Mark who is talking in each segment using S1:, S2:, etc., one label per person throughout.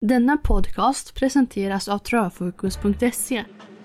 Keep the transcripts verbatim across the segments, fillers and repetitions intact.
S1: Denna podcast presenteras av travfokus punkt se.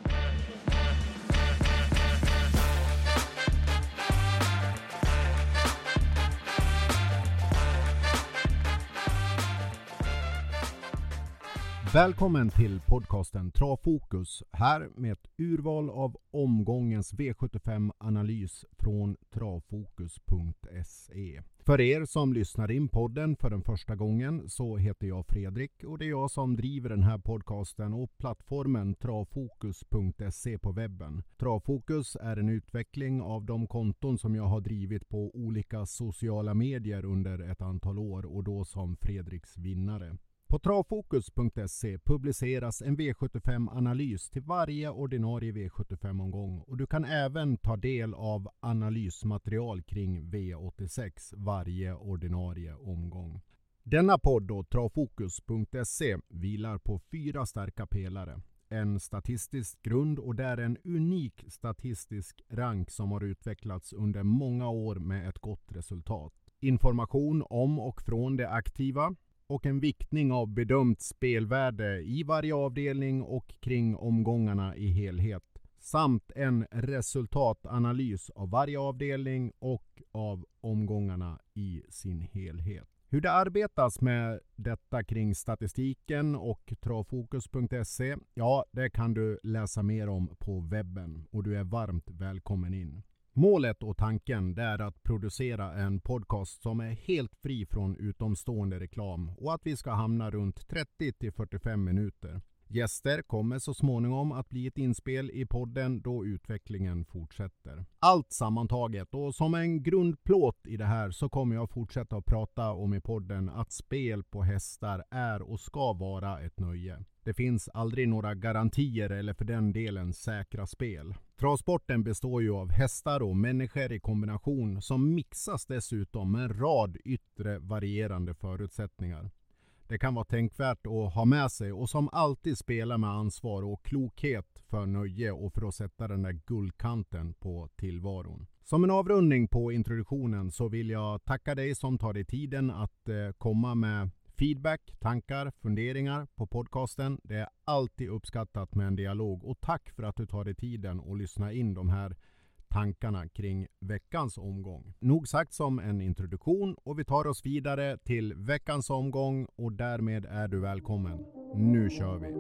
S2: Välkommen till podcasten Travfokus, här med ett urval av omgångens V sjuttiofem-analys från travfokus punkt se. För er som lyssnar in podden för den första gången så heter jag Fredrik och det är jag som driver den här podcasten och plattformen travfokus punkt se på webben. Travfokus är en utveckling av de konton som jag har drivit på olika sociala medier under ett antal år och då som Fredriks vinnare. På travfokus punkt se publiceras en V sjuttiofem-analys till varje ordinarie V sjuttiofem-omgång och du kan även ta del av analysmaterial kring V åttiosex varje ordinarie omgång. Denna podd då, travfokus punkt se, vilar på fyra starka pelare. En statistisk grund och där en unik statistisk rank som har utvecklats under många år med ett gott resultat. Information om och från det aktiva. Och en viktning av bedömt spelvärde i varje avdelning och kring omgångarna i helhet. Samt en resultatanalys av varje avdelning och av omgångarna i sin helhet. Hur det arbetas med detta kring statistiken och travfokus punkt se, ja det kan du läsa mer om på webben och du är varmt välkommen in. Målet och tanken är att producera en podcast som är helt fri från utomstående reklam och att vi ska hamna runt trettio till fyrtiofem minuter. Gäster kommer så småningom att bli ett inspel i podden då utvecklingen fortsätter. Allt sammantaget och som en grundplåt i det här så kommer jag fortsätta att prata om i podden att spel på hästar är och ska vara ett nöje. Det finns aldrig några garantier eller för den delen säkra spel. Travsporten består ju av hästar och människor i kombination som mixas dessutom med en rad yttre varierande förutsättningar. Det kan vara tänkvärt att ha med sig och som alltid spela med ansvar och klokhet för nöje och för att sätta den där guldkanten på tillvaron. Som en avrundning på introduktionen så vill jag tacka dig som tar dig tiden att eh, komma med feedback, tankar, funderingar på podcasten. Det är alltid uppskattat med en dialog och tack för att du tar dig tiden och lyssnar in de här tankarna kring veckans omgång. Nog sagt som en introduktion och vi tar oss vidare till veckans omgång och därmed är du välkommen. Nu kör vi!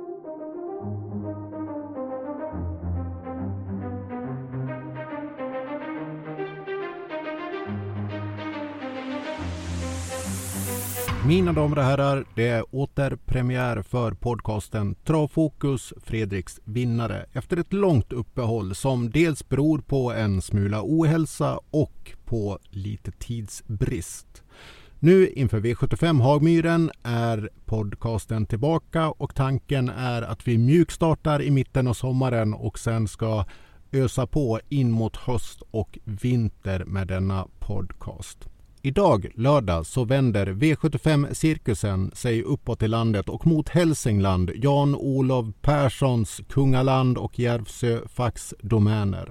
S2: Mina damer och herrar, det är återpremiär för podcasten Travfokus, Fredriks vinnare, efter ett långt uppehåll som dels beror på en smula ohälsa och på lite tidsbrist. Nu inför V sjuttiofem Hagmyren är podcasten tillbaka och tanken är att vi mjukstartar i mitten av sommaren och sen ska ösa på in mot höst och vinter med denna podcast. Idag, lördag, så vänder V sjuttiofem-cirkusen sig uppåt i landet och mot Hälsingland, Jan-Olof Perssons Kungaland och Järvsö faxdomäner.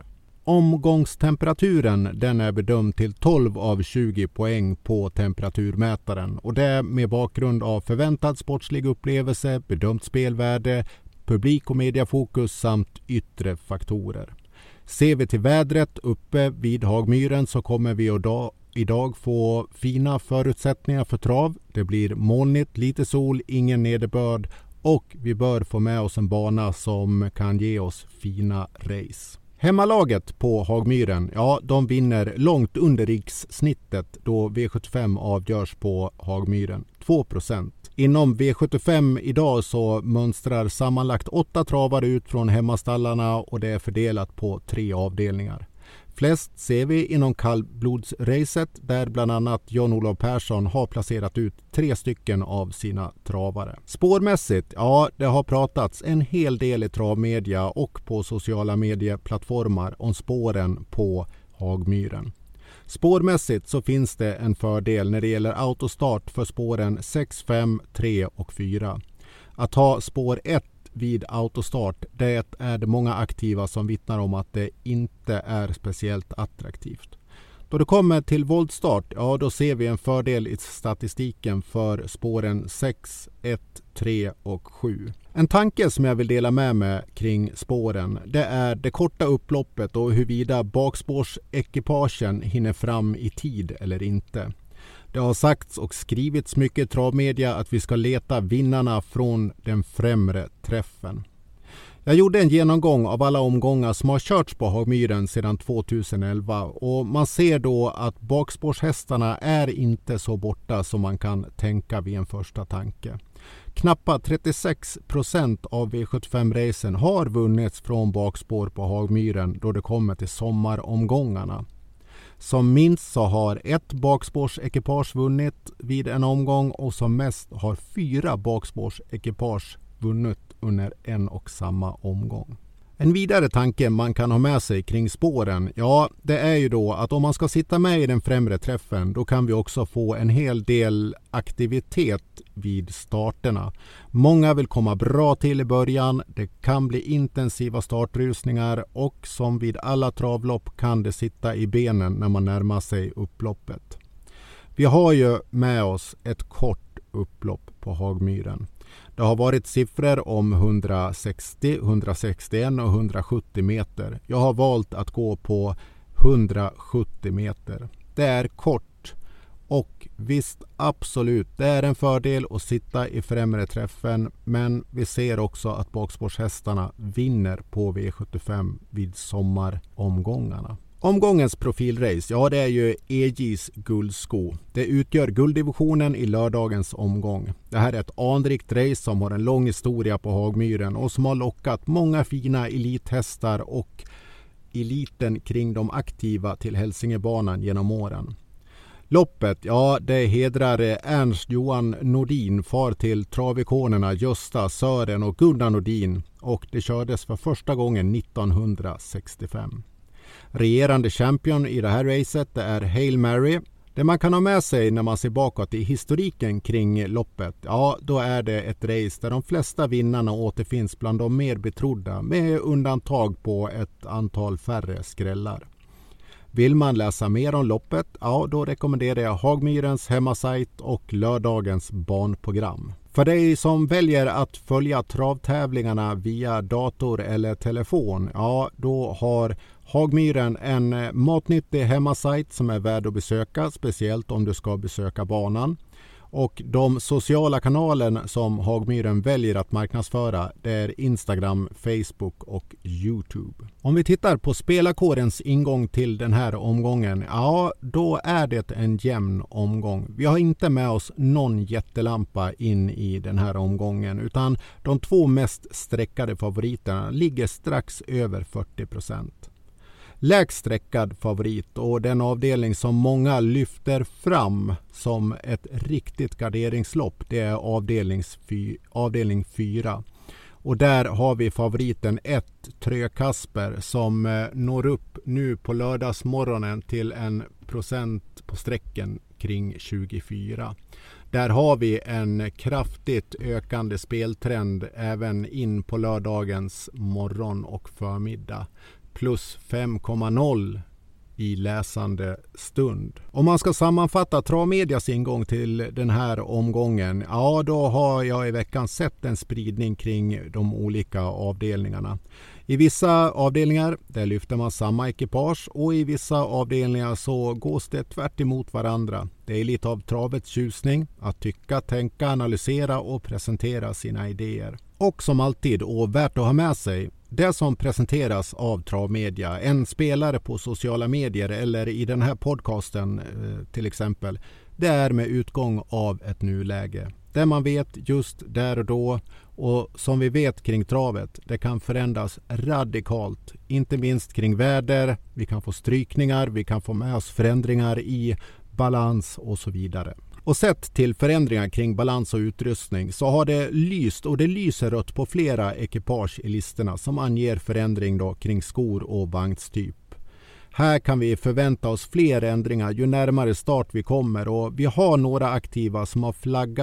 S2: Omgångstemperaturen den är bedömd till tolv av tjugo poäng på temperaturmätaren och det med bakgrund av förväntad sportslig upplevelse, bedömt spelvärde, publik- och mediafokus samt yttre faktorer. Ser vi till vädret uppe vid Hagmyren så kommer vi idag Idag få fina förutsättningar för trav. Det blir molnigt, lite sol, ingen nederbörd och vi bör få med oss en bana som kan ge oss fina race. Hemmalaget på Hagmyren, ja de vinner långt under rikssnittet då V sjuttiofem avgörs på Hagmyren, två procent. Inom V sjuttiofem idag så mönstrar sammanlagt åtta travare ut från hemmastallarna och det är fördelat på tre avdelningar. Flest ser vi inom kallblodsracet där bland annat Jan-Olof Persson har placerat ut tre stycken av sina travare. Spårmässigt, ja det har pratats en hel del i travmedia och på sociala medieplattformar om spåren på Hagmyren. Spårmässigt så finns det en fördel när det gäller autostart för spåren sex, fem, tre och fyra. Att ha spår ett vid autostart, det är det många aktiva som vittnar om att det inte är speciellt attraktivt. Då det kommer till voltstart, ja då ser vi en fördel i statistiken för spåren sex, ett, tre och sju. En tanke som jag vill dela med mig kring spåren, det är det korta upploppet och huruvida bakspårsekipagen hinner fram i tid eller inte. Det har sagts och skrivits mycket i travmedia att vi ska leta vinnarna från den främre träffen. Jag gjorde en genomgång av alla omgångar som har körts på Hagmyren sedan tjugoelva och man ser då att bakspårshästarna är inte så borta som man kan tänka vid en första tanke. Knappt trettiosex procent av V sjuttiofem-racen har vunnits från bakspår på Hagmyren då det kommer till sommaromgångarna. Som minst så har ett bakspårsekipage vunnit vid en omgång och som mest har fyra bakspårsekipage vunnit under en och samma omgång. En vidare tanke man kan ha med sig kring spåren, ja det är ju då att om man ska sitta med i den främre träffen då kan vi också få en hel del aktivitet vid starterna. Många vill komma bra till i början, det kan bli intensiva startrusningar och som vid alla travlopp kan det sitta i benen när man närmar sig upploppet. Vi har ju med oss ett kort upplopp på Hagmyren. Det har varit siffror om hundrasextio, hundrasextioen och hundrasjuttio meter. Jag har valt att gå på hundrasjuttio meter. Det är kort och visst absolut, det är en fördel att sitta i främre träffen, men vi ser också att bakspårshästarna vinner på V sjuttiofem vid sommaromgångarna. Omgångens profilrace, ja det är ju E J:s guldsko. Det utgör gulddivisionen i lördagens omgång. Det här är ett anrikt race som har en lång historia på Hagmyren och som har lockat många fina elithästar och eliten kring de aktiva till Hälsingebanan genom åren. Loppet, ja det hedrar Ernst Johan Nordin, far till travikonerna Gösta Sören och Gunnar Nordin, och det kördes för första gången nittonhundrasextiofem. Regerande champion i det här racet det är Hail Mary. Det man kan ha med sig när man ser bakåt i historiken kring loppet, ja då är det ett race där de flesta vinnarna återfinns bland de mer betrodda med undantag på ett antal färre skrällar. Vill man läsa mer om loppet, ja då rekommenderar jag Hagmyrens hemmasajt och lördagens banprogram. För dig som väljer att följa travtävlingarna via dator eller telefon, ja då har Hagmyren en matnyttig hemmasajt som är värd att besöka, speciellt om du ska besöka banan. Och de sociala kanalerna som Hagmyren väljer att marknadsföra, det är Instagram, Facebook och YouTube. Om vi tittar på spelarkårens ingång till den här omgången, ja då är det en jämn omgång. Vi har inte med oss någon jättelampa in i den här omgången, utan de två mest sträckade favoriterna ligger strax över fyrtio procent. Lägst sträckad favorit och den avdelning som många lyfter fram som ett riktigt garderingslopp, det är avdelning fyra. Och där har vi favoriten ett, Trökasper, som eh, når upp nu på lördagsmorgonen till en procent på sträcken kring tjugofyra. Där har vi en kraftigt ökande speltrend även in på lördagens morgon och förmiddag. Plus fem komma noll i läsande stund. Om man ska sammanfatta travmedias ingång till den här omgången, ja då har jag i veckan sett en spridning kring de olika avdelningarna. I vissa avdelningar där lyfter man samma ekipage och i vissa avdelningar så gås det tvärt emot varandra. Det är lite av travets tjusning att tycka, tänka, analysera och presentera sina idéer. Och som alltid, och värt att ha med sig, det som presenteras av travmedia, en spelare på sociala medier eller i den här podcasten till exempel, det är med utgång av ett nuläge. Det man vet just där och då, och som vi vet kring travet, det kan förändras radikalt. Inte minst kring väder, vi kan få strykningar, vi kan få med oss förändringar i balans och så vidare. Och sett till förändringar kring balans och utrustning så har det lyst, och det lyser rött på flera ekipage i listorna som anger förändring då kring skor och vagnstyp. Här kan vi förvänta oss fler ändringar ju närmare start vi kommer, och vi har några aktiva som har flaggat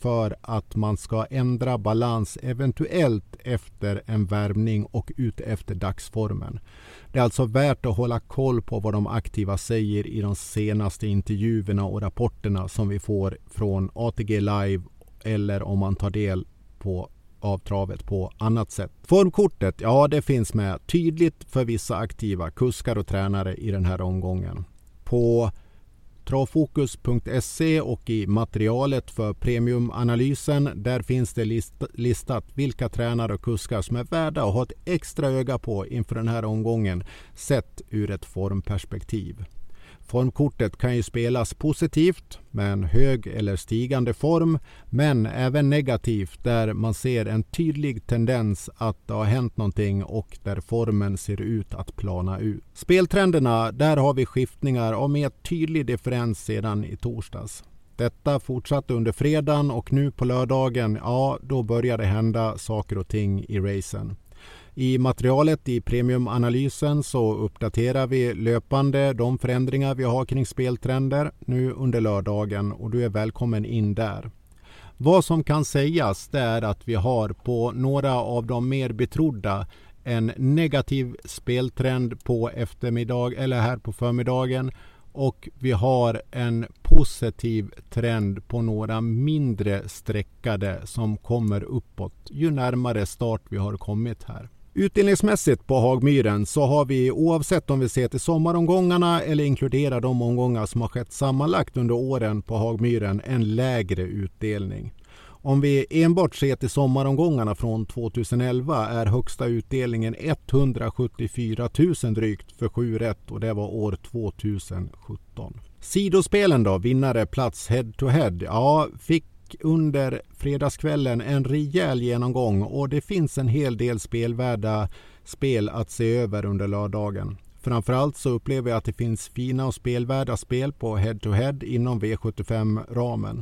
S2: för att man ska ändra balans eventuellt efter en värmning och ut efter dagsformen. Det är alltså värt att hålla koll på vad de aktiva säger i de senaste intervjuerna och rapporterna som vi får från A T G Live eller om man tar del på av travet på annat sätt. Formkortet, ja det finns med tydligt för vissa aktiva kuskar och tränare i den här omgången. På travfokus punkt se och i materialet för premiumanalysen, där finns det list- listat vilka tränare och kuskar som är värda att ha ett extra öga på inför den här omgången sett ur ett formperspektiv. Formkortet kan ju spelas positivt med en hög eller stigande form, men även negativt där man ser en tydlig tendens att det har hänt någonting och där formen ser ut att plana ut. Speltrenderna, där har vi skiftningar av mer tydlig differens sedan i torsdags. Detta fortsatte under fredagen och nu på lördagen, ja då börjar det hända saker och ting i racen. I materialet i premiumanalysen så uppdaterar vi löpande de förändringar vi har kring speltrender nu under lördagen och du är välkommen in där. Vad som kan sägas det är att vi har på några av de mer betrodda en negativ speltrend på eftermiddag eller här på förmiddagen och vi har en positiv trend på några mindre sträckade som kommer uppåt ju närmare start vi har kommit här. Utdelningsmässigt på Hagmyren så har vi oavsett om vi ser till sommaromgångarna eller inkluderar de omgångar som har skett sammanlagt under åren på Hagmyren en lägre utdelning. Om vi enbart ser till sommaromgångarna från tjugoelva är högsta utdelningen etthundrasjuttiofyra tusen drygt för sju rätt och det var år tjugosjutton. Sidospelen då, vinnare plats head to head, ja fick under fredagskvällen en rejäl genomgång och det finns en hel del spelvärda spel att se över under lördagen. Framförallt så upplever jag att det finns fina och spelvärda spel på head to head inom V sjuttiofem-ramen.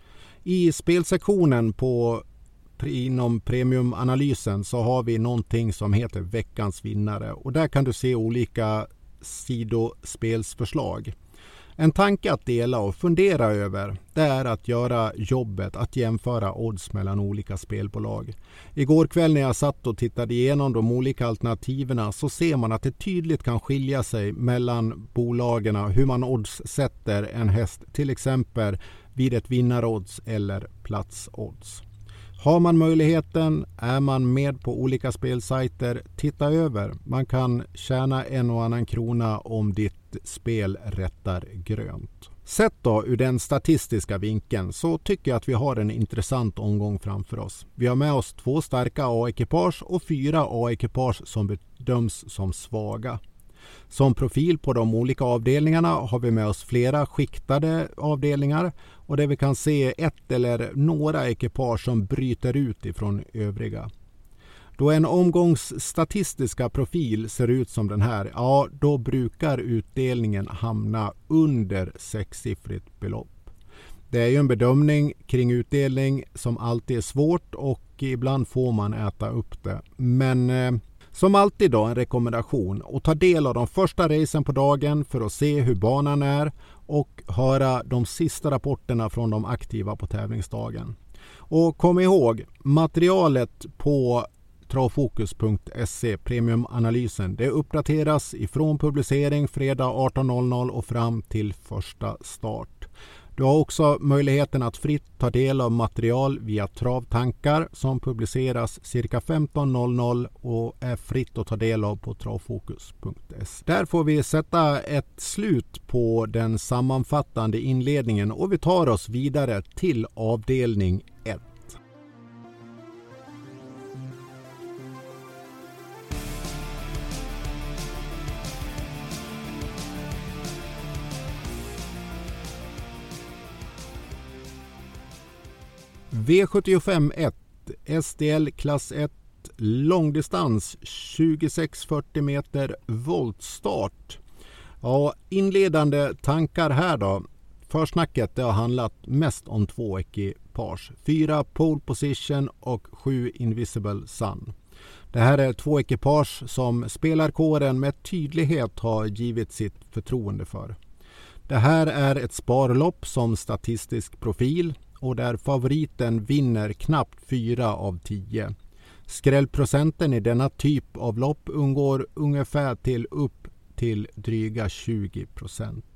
S2: I spelsektionen på inom premiumanalysen så har vi någonting som heter veckans vinnare och där kan du se olika sidospelsförslag. En tanke att dela och fundera över det är att göra jobbet att jämföra odds mellan olika spelbolag. Igår kväll när jag satt och tittade igenom de olika alternativen så ser man att det tydligt kan skilja sig mellan bolagen hur man odds sätter en häst till exempel vid ett vinnarodds eller platsodds. Har man möjligheten, är man med på olika spelsajter, titta över. Man kan tjäna en och annan krona om ditt spel rättar grönt. Sett då ur den statistiska vinkeln så tycker jag att vi har en intressant omgång framför oss. Vi har med oss två starka A-ekipage och fyra A-ekipage som bedöms som svaga. Som profil på de olika avdelningarna har vi med oss flera skiktade avdelningar och där vi kan se ett eller några ekipage som bryter ut ifrån övriga. Då en omgångs statistiska profil ser ut som den här, ja då brukar utdelningen hamna under sexsiffrigt belopp. Det är ju en bedömning kring utdelning som alltid är svårt och ibland får man äta upp det. Men eh, som alltid då en rekommendation att ta del av de första racen på dagen för att se hur banan är och höra de sista rapporterna från de aktiva på tävlingsdagen. Och kom ihåg, materialet på travfokus punkt se premiumanalysen det uppdateras ifrån publicering fredag arton noll noll och fram till första start. Du har också möjligheten att fritt ta del av material via travtankar som publiceras cirka femton noll noll och är fritt att ta del av på travfokus punkt se. Där får vi sätta ett slut på den sammanfattande inledningen och vi tar oss vidare till avdelning ett. V sjuttiofem ett, S D L klass ett, långdistans tjugosex fyrtio meter, voltstart. Ja, inledande tankar här då. Försnacket det har handlat mest om två ekipage. Fyra pole position och sju Invisible Sun. Det här är två ekipage som spelarkåren med tydlighet har givit sitt förtroende för. Det här är ett sparlopp som statistisk profil. och där favoriten vinner knappt fyra av tio. Skrällprocenten i denna typ av lopp undgår ungefär till upp till dryga tjugo procent.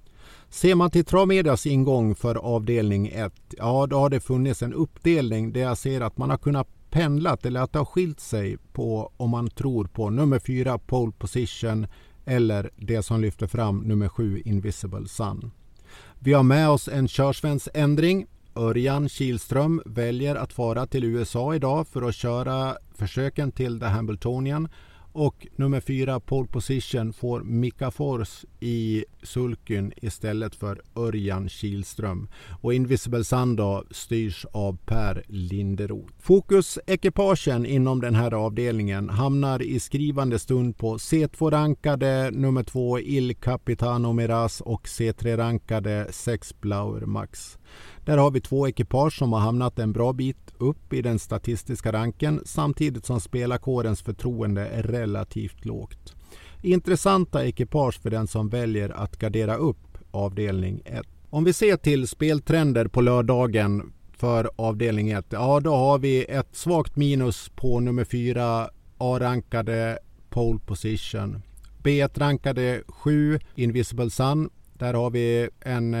S2: Ser man till Travmedias ingång för avdelning ett, ja då har det funnits en uppdelning där jag ser att man har kunnat pendlat eller att det har skilt sig på om man tror på nummer fyra pole position eller det som lyfter fram nummer sju Invisible Sun. Vi har med oss en körsvensändring. Örjan Kihlström väljer att fara till U S A idag för att köra försöken till The Hambletonian. Och nummer fyra pole position får Mika Fors i sulken istället för Örjan Kihlström. Och Invisible Sun då styrs av Per Linderoth. Fokusekipagen inom den här avdelningen hamnar i skrivande stund på C två-rankade nummer två Il Capitano Miraz och C tre-rankade sex Blauer Max. Där har vi två ekipage som har hamnat en bra bit upp i den statistiska ranken samtidigt som spelarkårens förtroende är relativt lågt. Intressanta ekipage för den som väljer att gardera upp avdelning ett. Om vi ser till speltrender på lördagen för avdelning ett, ja då har vi ett svagt minus på nummer fyra A-rankade pole position. B ett-rankade sju Invisible Sun, där har vi en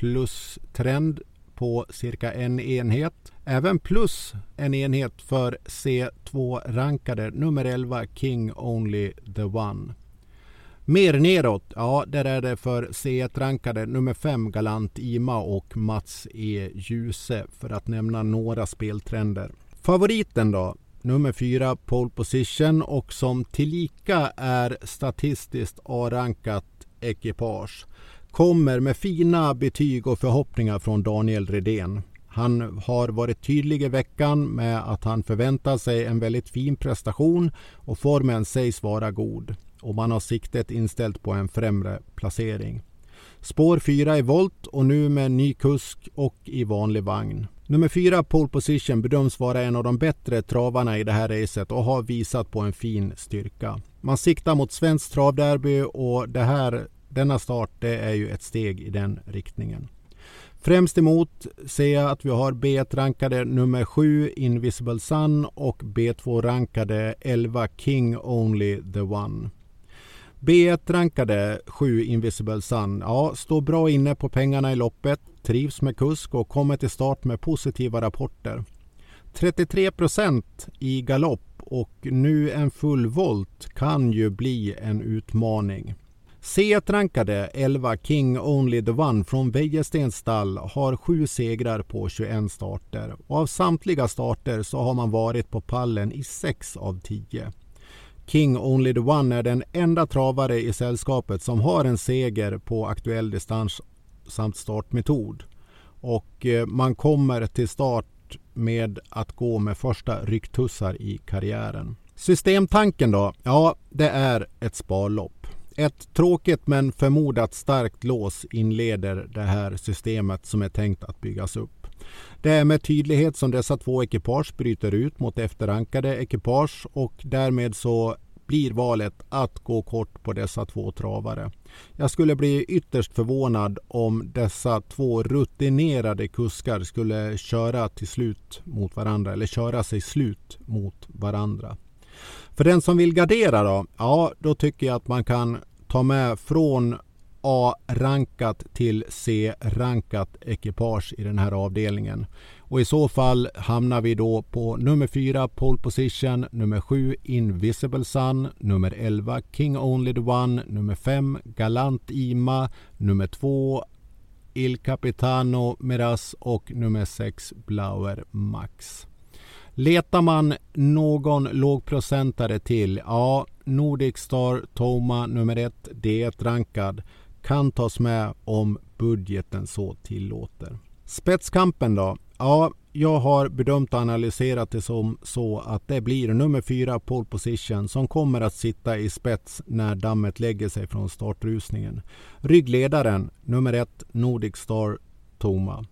S2: plus-trend på cirka en enhet. Även plus en enhet för C två-rankade nummer elva King Only the One. Mer neråt, ja där är det för C ett-rankade nummer fem Galant Ima och Mats E. Ljuse för att nämna några speltrender. Favoriten då? Nummer fyra pole position och som tillika är statistiskt A-rankat ekipage. Kommer med fina betyg och förhoppningar från Daniel Redén. Han har varit tydlig i veckan med att han förväntar sig en väldigt fin prestation och formen sägs vara god. Och man har siktet inställt på en främre placering. Spår fyra i volt och nu med ny kusk och i vanlig vagn. Nummer fyra pole position bedöms vara en av de bättre travarna i det här racet och har visat på en fin styrka. Man siktar mot svensk travderby och det här, denna start det är ju ett steg i den riktningen. Främst emot ser jag att vi har B ett-rankade nummer sju Invisible Sun och B två-rankade elva King Only the One. B ett-rankade sju Invisible Sun, ja, står bra inne på pengarna i loppet, trivs med kusk och kommer till start med positiva rapporter. trettiotre procent i galopp och nu en full volt kan ju bli en utmaning. C ett-rankade elva King Only the One från Wäjerstens stall har sju segrar på tjugoett starter. Och av samtliga starter så har man varit på pallen i sex av tio. King Only the One är den enda travare i sällskapet som har en seger på aktuell distans samt startmetod. Och man kommer till start med att gå med första rycktussar i karriären. Systemtanken då? Ja, det är ett sparlopp. Ett tråkigt men förmodat starkt lås inleder det här systemet som är tänkt att byggas upp. Det är med tydlighet som dessa två ekipage bryter ut mot efterrankade ekipage och därmed så blir valet att gå kort på dessa två travare. Jag skulle bli ytterst förvånad om dessa två rutinerade kuskar skulle köra till slut mot varandra eller köra sig slut mot varandra. För den som vill gardera då, ja då tycker jag att man kan ta med från A-rankat till C-rankat ekipage i den här avdelningen. Och i så fall hamnar vi då på nummer fyra pole position, nummer sju Invisible Sun, nummer elva King Only the One, nummer fem Galant Ima, nummer två Il Capitano Miraz och nummer sex Blauer Max. Letar man någon lågprocentare till, ja, Nordic Star Toma nummer ett, D ett-rankad, kan tas med om budgeten så tillåter. Spetskampen då? Ja, jag har bedömt och analyserat det som så att det blir nummer fyra pole position som kommer att sitta i spets när dammet lägger sig från startrusningen. Ryggledaren, nummer ett, Nordic Star Toma.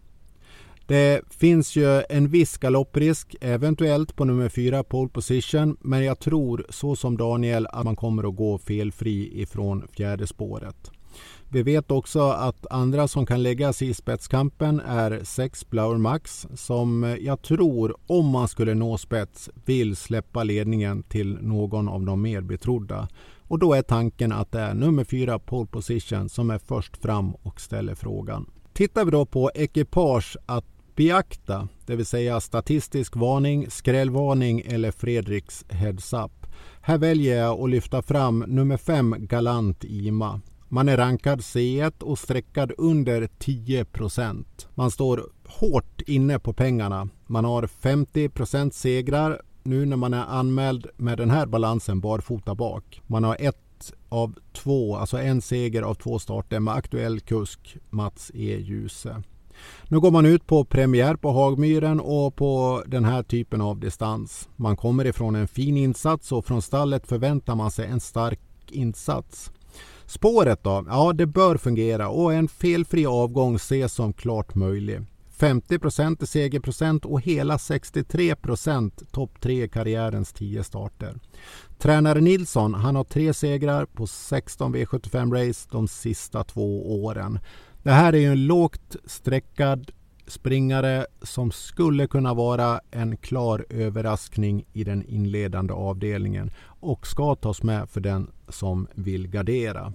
S2: Det finns ju en viss galopprisk eventuellt på nummer fyra pole position, men jag tror så som Daniel att man kommer att gå felfri ifrån fjärde spåret. Vi vet också att andra som kan lägga sig i spetskampen är sex Blower Max som jag tror, om man skulle nå spets, vill släppa ledningen till någon av de mer betrodda. Och då är tanken att det är nummer fyra pole position som är först fram och ställer frågan. Tittar vi då på ekipage att beakta, det vill säga statistisk varning, skrällvarning eller Fredriks heads up. Här väljer jag att lyfta fram nummer fem Galant Ima. Man är rankad C ett och sträckad under tio procent. Man står hårt inne på pengarna. Man har femtio procent segrar nu när man är anmäld med den här balansen barfota bak. Man har ett av två, alltså en seger av två starter med aktuell kusk Mats E. Djuse. Nu går man ut på premiär på Hagmyren och på den här typen av distans. Man kommer ifrån en fin insats och från stallet förväntar man sig en stark insats. Spåret då? Ja, det bör fungera och en felfri avgång ses som klart möjlig. femtio procent är segerprocent och hela sextiotre procent topp tre i karriärens tio starter. Tränare Nilsson, han har tre segrar på sexton V sjuttiofem race de sista två åren. Det här är ju en lågt sträckad springare som skulle kunna vara en klar överraskning i den inledande avdelningen och ska tas med för den som vill gardera.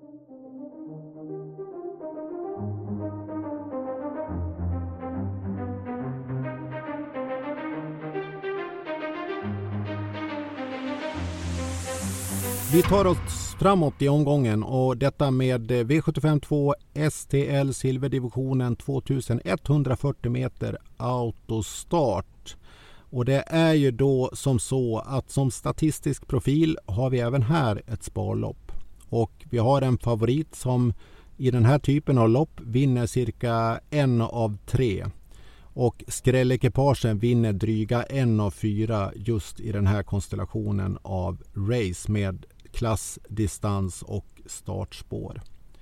S2: Vi tar oss framåt i omgången och detta med V sjuttiofem två S T L silverdivisionen tvåtusenetthundrafyrtio meter autostart. Och det är ju då som så att som statistisk profil har vi även här ett sparlopp. Och vi har en favorit som i den här typen av lopp vinner cirka en av tre. Och skrällekipagen vinner dryga en av fyra just i den här konstellationen av race med klass, distans och startspår.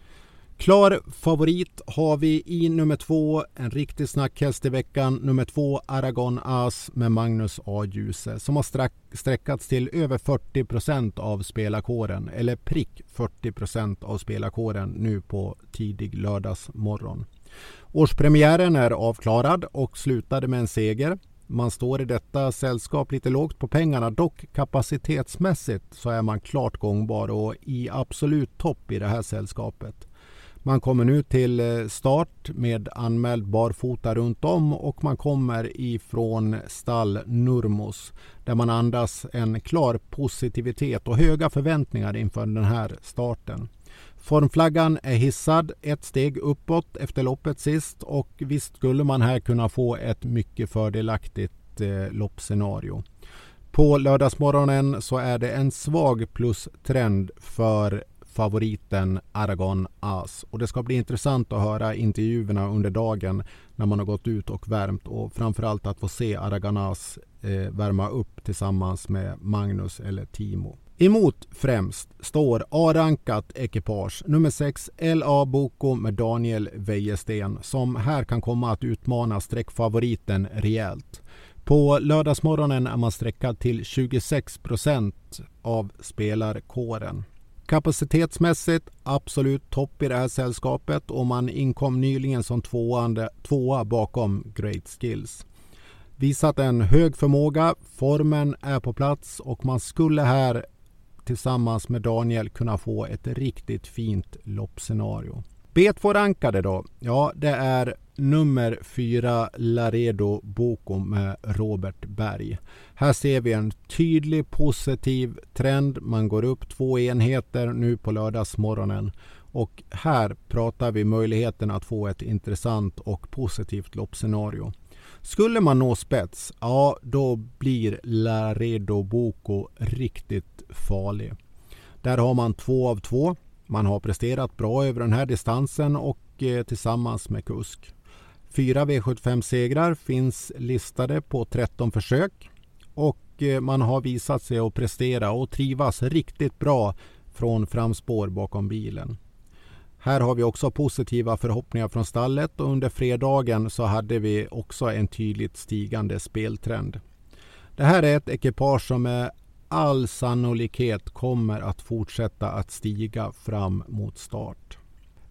S2: Klar favorit har vi i nummer två, en riktig snackhäst i veckan, nummer två Aragon As med Magnus A. Djuse som har sträck, sträckats till över fyrtio procent av spelarkåren eller prick fyrtio procent av spelarkåren nu på tidig lördagsmorgon. Årspremiären är avklarad och slutade med en seger. Man står i detta sällskap lite lågt på pengarna, dock kapacitetsmässigt så är man klart gångbar och i absolut topp i det här sällskapet. Man kommer nu till start med anmäld barfota runt om och man kommer ifrån stall Nurmos där man andas en klar positivitet och höga förväntningar inför den här starten. Formflaggan är hissad ett steg uppåt efter loppet sist och visst skulle man här kunna få ett mycket fördelaktigt eh, loppscenario. På lördagsmorgonen så är det en svag plustrend för favoriten Aragon As och det ska bli intressant att höra intervjuerna under dagen när man har gått ut och värmt och framförallt att få se Aragon As eh, värma upp tillsammans med Magnus eller Timo. Emot främst står A-rankat ekipage nummer sex L A Boko med Daniel Wäjersten som här kan komma att utmana sträckfavoriten rejält. På lördagsmorgonen är man sträckad till tjugosex procent av spelarkåren. Kapacitetsmässigt absolut topp i det här sällskapet och man inkom nyligen som tvåande, tvåa bakom Great Skills. Visat en hög förmåga, formen är på plats och man skulle här tillsammans med Daniel kunna få ett riktigt fint loppscenario. B två-rankade då, ja det är nummer fyra Laredo Boko med Robert Berg. Här ser vi en tydlig positiv trend, man går upp två enheter nu på lördagsmorgonen och här pratar vi möjligheten att få ett intressant och positivt loppscenario. Skulle man nå spets, ja då blir Laredo Boko riktigt farlig. Där har man två av två. Man har presterat bra över den här distansen och eh, tillsammans med kusk. Fyra V sjuttiofem segrar finns listade på tretton försök och eh, man har visat sig att prestera och trivas riktigt bra från framspår bakom bilen. Här har vi också positiva förhoppningar från stallet och under fredagen så hade vi också en tydligt stigande speltrend. Det här är ett ekipage som med all sannolikhet kommer att fortsätta att stiga fram mot start.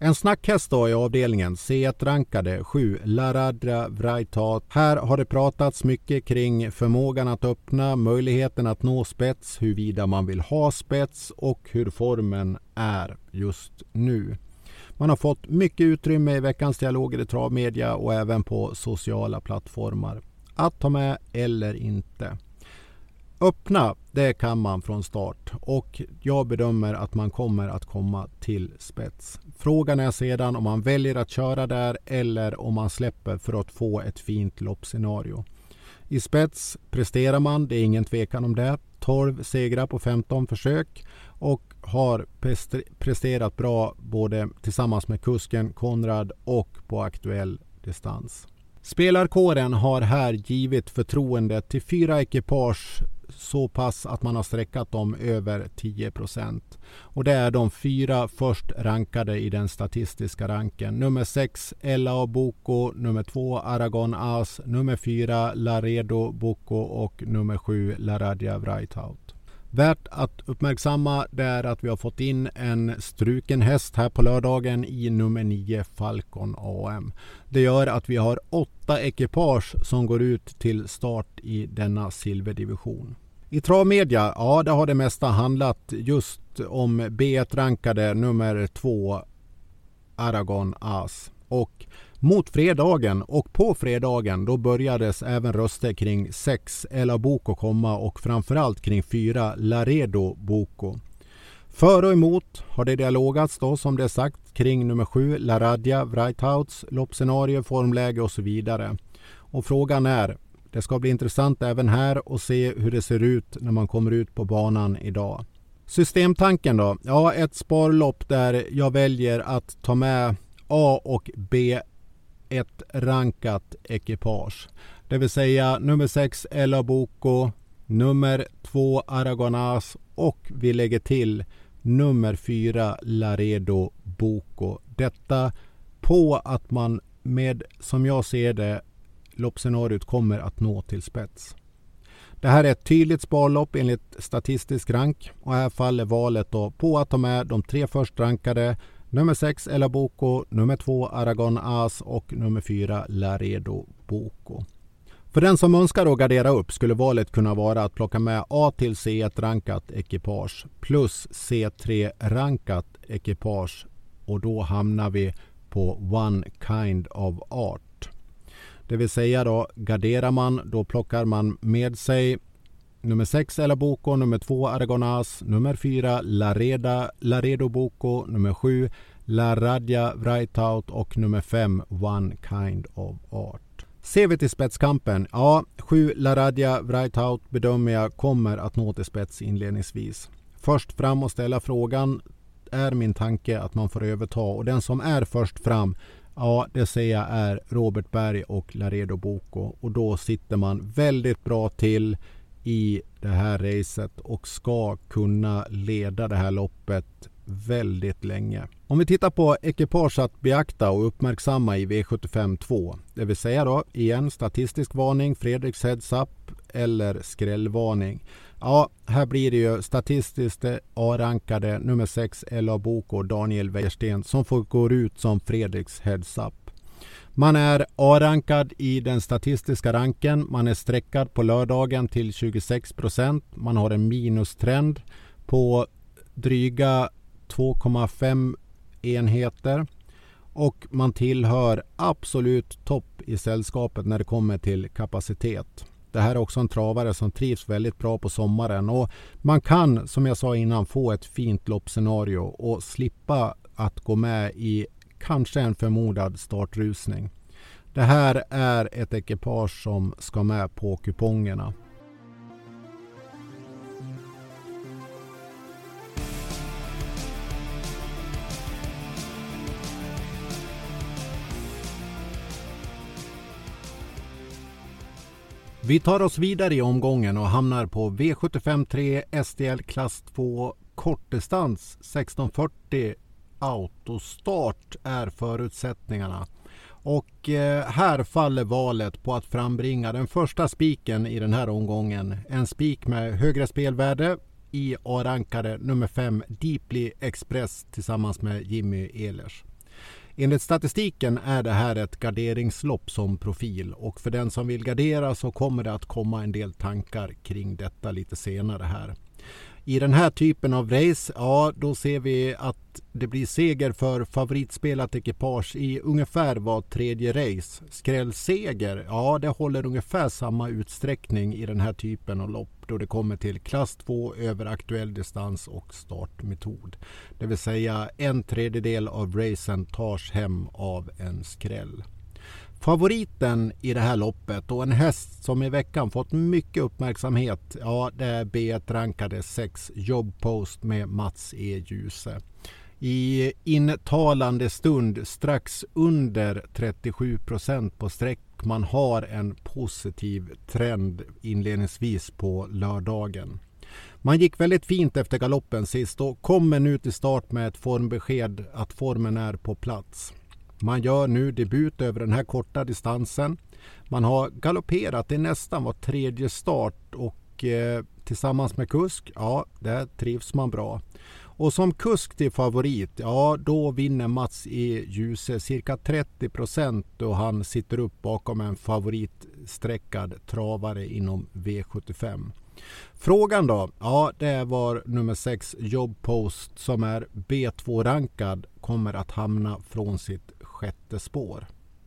S2: En snackhäst då i avdelningen, C ett-rankade sju Laradja Vrajtaut. Här har det pratats mycket kring förmågan att öppna, möjligheten att nå spets, huruvida man vill ha spets och hur formen är just nu. Man har fått mycket utrymme i veckans dialoger i travmedia och även på sociala plattformar. Att ta med eller inte. Öppna, det kan man från start och jag bedömer att man kommer att komma till spets. Frågan är sedan om man väljer att köra där eller om man släpper för att få ett fint loppscenario. I spets presterar man, det är ingen tvekan om det. tolv segrar på femton försök och har presterat bra både tillsammans med kusken Konrad och på aktuell distans. Spelarkåren har här givit förtroende till fyra ekipage så pass att man har sträckat dem över tio procent. Och det är de fyra först rankade i den statistiska ranken. Nummer sex Ella Boko, nummer två Aragon As, nummer fyra Laredo Boko och nummer sju Laradja Vrajtaut. Värt att uppmärksamma det är att vi har fått in en struken häst här på lördagen i nummer nio Falcon A M. Det gör att vi har åtta ekipage som går ut till start i denna silverdivision. I travmedia, ja, det har det mesta handlat just om B ett-rankade nummer två Aragon As. Och mot fredagen och på fredagen då börjades även röster kring sex Ella Boko komma och framförallt kring fyra Laredo Boko. För och emot har det dialogats då som det sagt kring nummer sju Laradja Vrajtauts loppscenario, formläge och så vidare. Och frågan är, det ska bli intressant även här och se hur det ser ut när man kommer ut på banan idag. Systemtanken då? Ja, ett sparlopp där jag väljer att ta med A och B ett rankat ekipage. Det vill säga nummer sex Ella Boko, nummer två Aragon As och vi lägger till nummer fyra Laredo Boko. Detta på att man med, som jag ser det, loppscenariot kommer att nå till spets. Det här är ett tydligt sparlopp enligt statistisk rank och här faller valet då på att ta med de tre först rankade, nummer sex Ella Boko, nummer två Aragon As och nummer fyra Laredo Boko. För den som önskar att gardera upp skulle valet kunna vara att plocka med A till C ett-rankat ekipage plus C tre-rankat ekipage och då hamnar vi på One Kind of Art. Det vill säga då garderar man, då plockar man med sig nummer sex Ella Boko, nummer två Aragon As, nummer fyra Lareda, Laredo Boko, nummer sju Laradja Vrajtaut och nummer fem One Kind of Art. Ser vi till spetskampen, ja, sju Laradja Vrajtaut bedömer jag kommer att nå till spets inledningsvis. Först fram och ställa frågan är min tanke att man får överta och den som är först fram, ja, det säger jag är Robert Berg och Laredo Boko och då sitter man väldigt bra till i det här racet och ska kunna leda det här loppet väldigt länge. Om vi tittar på ekipage att beakta och uppmärksamma i V sjuttiofem två, det vill säga då igen statistisk varning, Fredriks heads up eller skrällvarning. Ja, här blir det ju statistiskt A-rankade nummer sex Ella Boko och Daniel Wäjersten som får gå ut som Fredriks heads up. Man är A-rankad i den statistiska ranken, man är sträckad på lördagen till tjugosex procent, man har en minustrend på dryga två komma fem enheter och man tillhör absolut topp i sällskapet när det kommer till kapacitet. Det här är också en travare som trivs väldigt bra på sommaren och man kan, som jag sa innan, få ett fint loppscenario och slippa att gå med i kanske en förmodad startrusning. Det här är ett ekipage som ska med på kupongerna. Vi tar oss vidare i omgången och hamnar på V sjuttiofem tre S D L klass två kortdistans sexton fyrtio autostart är förutsättningarna. Och eh, här faller valet på att frambringa den första spiken i den här omgången. En spik med högre spelvärde i A-rankade nummer fem Deeply Express tillsammans med Jimmy Ehlers. Enligt statistiken är det här ett garderingslopp som profil, och för den som vill gardera så kommer det att komma en del tankar kring detta lite senare här. I den här typen av race, ja då ser vi att det blir seger för favoritspelat ekipage i ungefär var tredje race. Skrällseger, ja det håller ungefär samma utsträckning i den här typen av lopp då det kommer till klass två över aktuell distans och startmetod. Det vill säga en tredjedel av racen tas hem av en skräll. Favoriten i det här loppet och en häst som i veckan fått mycket uppmärksamhet, ja det är B ett-rankade sex Job Post med Mats E. Djuse. I intalande stund strax under trettiosju procent på sträck. Man har en positiv trend inledningsvis på lördagen. Man gick väldigt fint efter galoppen sist och kommer nu till start med ett formbesked att formen är på plats. Man gör nu debut över den här korta distansen. Man har galopperat i nästan var tredje start och eh, tillsammans med kusk, ja där trivs man bra. Och som kusk till favorit, ja då vinner Mats E. Djuse cirka trettio procent då han sitter upp bakom en favoritsträckad travare inom V sjuttiofem. Frågan då, ja det var nummer sex Job Post som är B två-rankad kommer att hamna från sitt sjätte spår.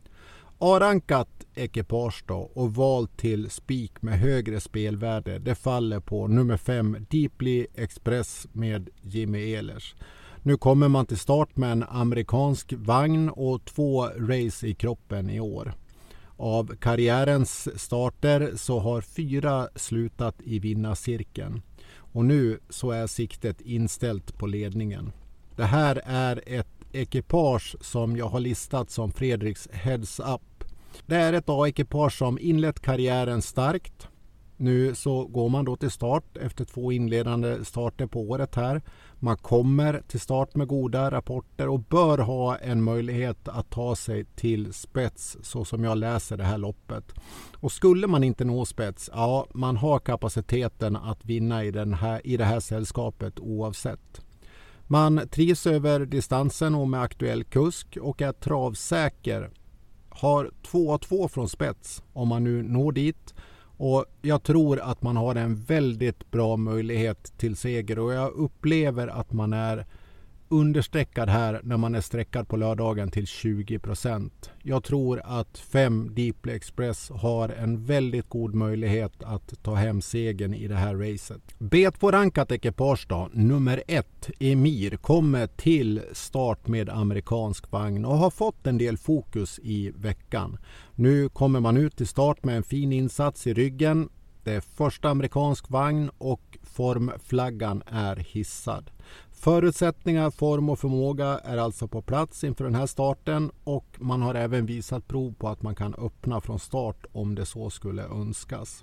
S2: A-rankat ekipage då och val till spik med högre spelvärde, det faller på nummer fem Deeply Express med Jimmy Ehlers. Nu kommer man till start med en amerikansk vagn och två race i kroppen i år. Av karriärens starter så har fyra slutat i vinnarcirkeln och nu så är siktet inställt på ledningen. Det här är ett ekipage som jag har listat som Fredriks Heads Up. Det är ett A-ekipage som inlett karriären starkt. Nu så går man då till start efter två inledande starter på året här. Man kommer till start med goda rapporter och bör ha en möjlighet att ta sig till spets så som jag läser det här loppet. Och skulle man inte nå spets, ja man har kapaciteten att vinna i, den här, i det här sällskapet oavsett. Man trivs över distansen och med aktuell kusk och är travsäker. Har två av två från spets om man nu når dit. Och jag tror att man har en väldigt bra möjlighet till seger och jag upplever att man är understreckad här när man är sträckad på lördagen till tjugo procent. Jag tror att fem Deeply Express har en väldigt god möjlighet att ta hem segern i det här racet. B två-rankat ekipage då, nummer ett Emir kommer till start med amerikansk vagn och har fått en del fokus i veckan. Nu kommer man ut till start med en fin insats i ryggen. Det är första amerikansk vagn och formflaggan är hissad. Förutsättningar, form och förmåga är alltså på plats inför den här starten och man har även visat prov på att man kan öppna från start om det så skulle önskas.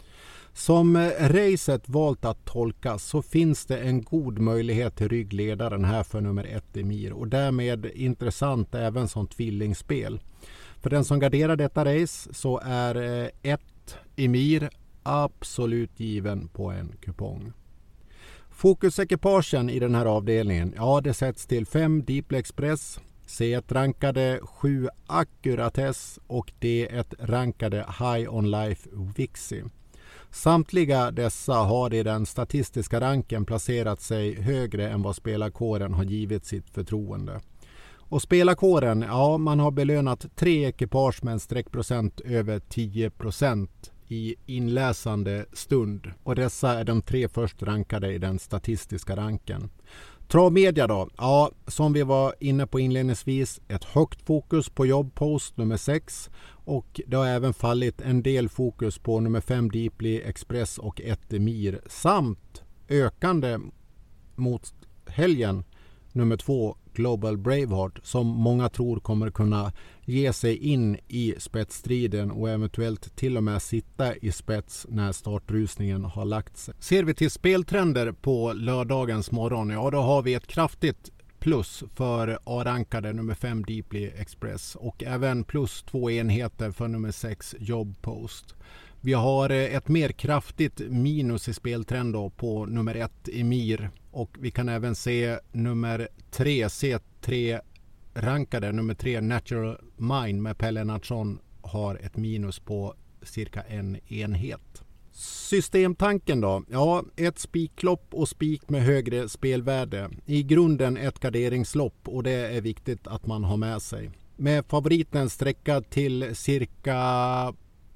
S2: Som racet valt att tolkas så finns det en god möjlighet till ryggledaren här för nummer ett Emir och därmed intressant även som tvillingspel. För den som garderar detta race så är ett Emir absolut given på en kupong. Fokusekipagen i den här avdelningen, ja det sätts till fem Deeply Express, C ett-rankade sju Accurates och D ett-rankade High on Life Vixie. Samtliga dessa har i den statistiska ranken placerat sig högre än vad spelarkåren har givit sitt förtroende. Och spelarkåren, ja man har belönat tre ekipage med en streckprocent över tio procent i inläsande stund och dessa är de tre först rankade i den statistiska ranken. Travmedia då, ja som vi var inne på inledningsvis ett högt fokus på Job Post nummer sex och det har även fallit en del fokus på nummer fem Deeply Express och ett Emir samt ökande mot helgen nummer två Global Braveheart som många tror kommer kunna ge sig in i spetsstriden och eventuellt till och med sitta i spets när startrusningen har lagt sig. Ser vi till speltrender på lördagens morgon, ja då har vi ett kraftigt plus för A-rankade nummer fem Deeply Express och även plus två enheter för nummer sex Job Post. Vi har ett mer kraftigt minus i speltrend då på nummer ett Emir och vi kan även se nummer tre C tre rankade nummer tre Natural Mind med Pelle Natsson har ett minus på cirka en enhet. Systemtanken då? Ja, ett spiklopp och spik med högre spelvärde. I grunden ett garderingslopp och det är viktigt att man har med sig. Med favoriten sträckad till cirka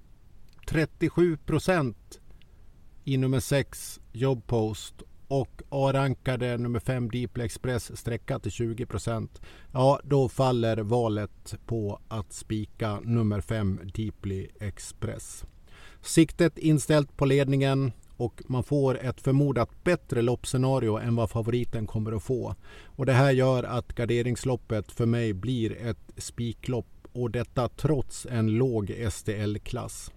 S2: trettiosju procent i nummer sex Job Post och A-rankade nummer fem Deeply Express sträckat till tjugo procent. Ja, då faller valet på att spika nummer fem Deeply Express. Siktet inställt på ledningen och man får ett förmodat bättre loppscenario än vad favoriten kommer att få. Och det här gör att garderingsloppet för mig blir ett spiklopp och detta trots en låg S T L-klass.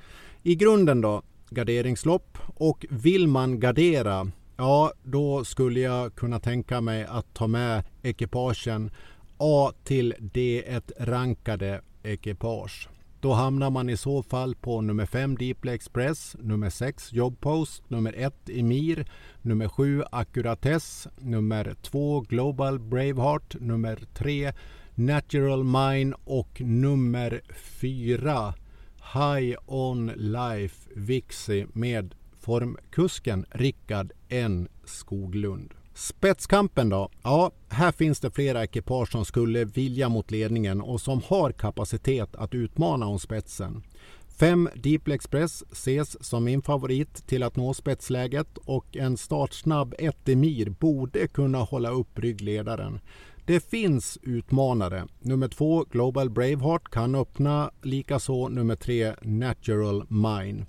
S2: I grunden då, garderingslopp, och vill man gardera, ja då skulle jag kunna tänka mig att ta med ekipagen A till D ett rankade ekipage. Då hamnar man i så fall på nummer fem Deeply Express, nummer sex Job Post, nummer ett Emir, nummer sju Accuratess, nummer två Global Braveheart, nummer tre Natural Mind och nummer fyra High On Life Vixie med formkusken Rickard N. Skoglund. Spetskampen då? Ja, här finns det flera ekipage som skulle vilja mot ledningen och som har kapacitet att utmana om spetsen. fem Deeply Express ses som min favorit till att nå spetsläget och en startsnabb ett Emir borde kunna hålla upp ryggledaren. Det finns utmanare. Nummer två Global Braveheart kan öppna, likaså nummer tre Natural Mind.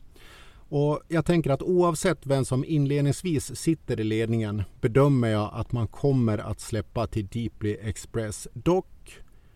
S2: Och jag tänker att oavsett vem som inledningsvis sitter i ledningen bedömer jag att man kommer att släppa till Deeply Express. Dock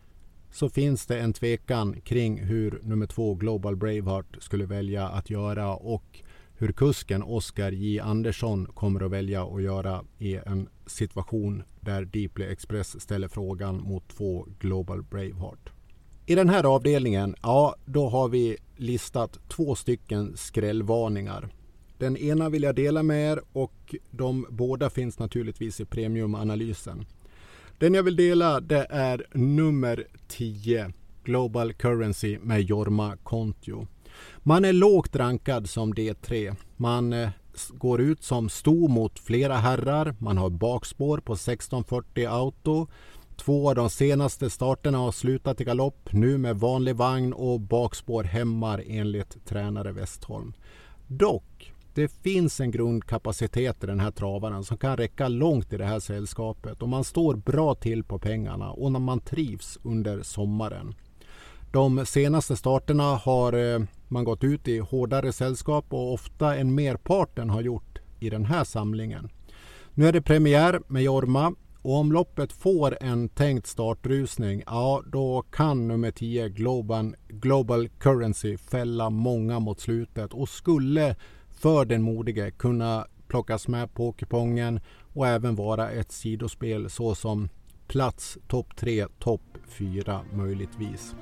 S2: så finns det en tvekan kring hur nummer två Global Braveheart skulle välja att göra och hur kusken Oskar J. Andersson kommer att välja att göra i en situation där Deeply Express ställer frågan mot två Global Braveheart. I den här avdelningen, ja, då har vi listat två stycken skrällvarningar. Den ena vill jag dela med er och de båda finns naturligtvis i premiumanalysen. Den jag vill dela det är nummer tio Global Currency med Jorma Kontio. Man är lågt rankad som D tre. Man eh, går ut som sto mot flera herrar. Man har bakspår på sexton fyrtio auto. Två av de senaste starterna har slutat i galopp, nu med vanlig vagn och bakspår hämmar enligt tränare Westholm. Dock, det finns en grundkapacitet i den här travaren som kan räcka långt i det här sällskapet och man står bra till på pengarna och när man trivs under sommaren. De senaste starterna har man gått ut i hårdare sällskap och ofta en merparten har gjort i den här samlingen. Nu är det premiär med Jorma. Och om loppet får en tänkt startrusning, ja då kan nummer tio Global, Global Currency fälla många mot slutet och skulle för den modige kunna plockas med på kupongen och även vara ett sidospel såsom plats topp tre, topp fyra möjligtvis.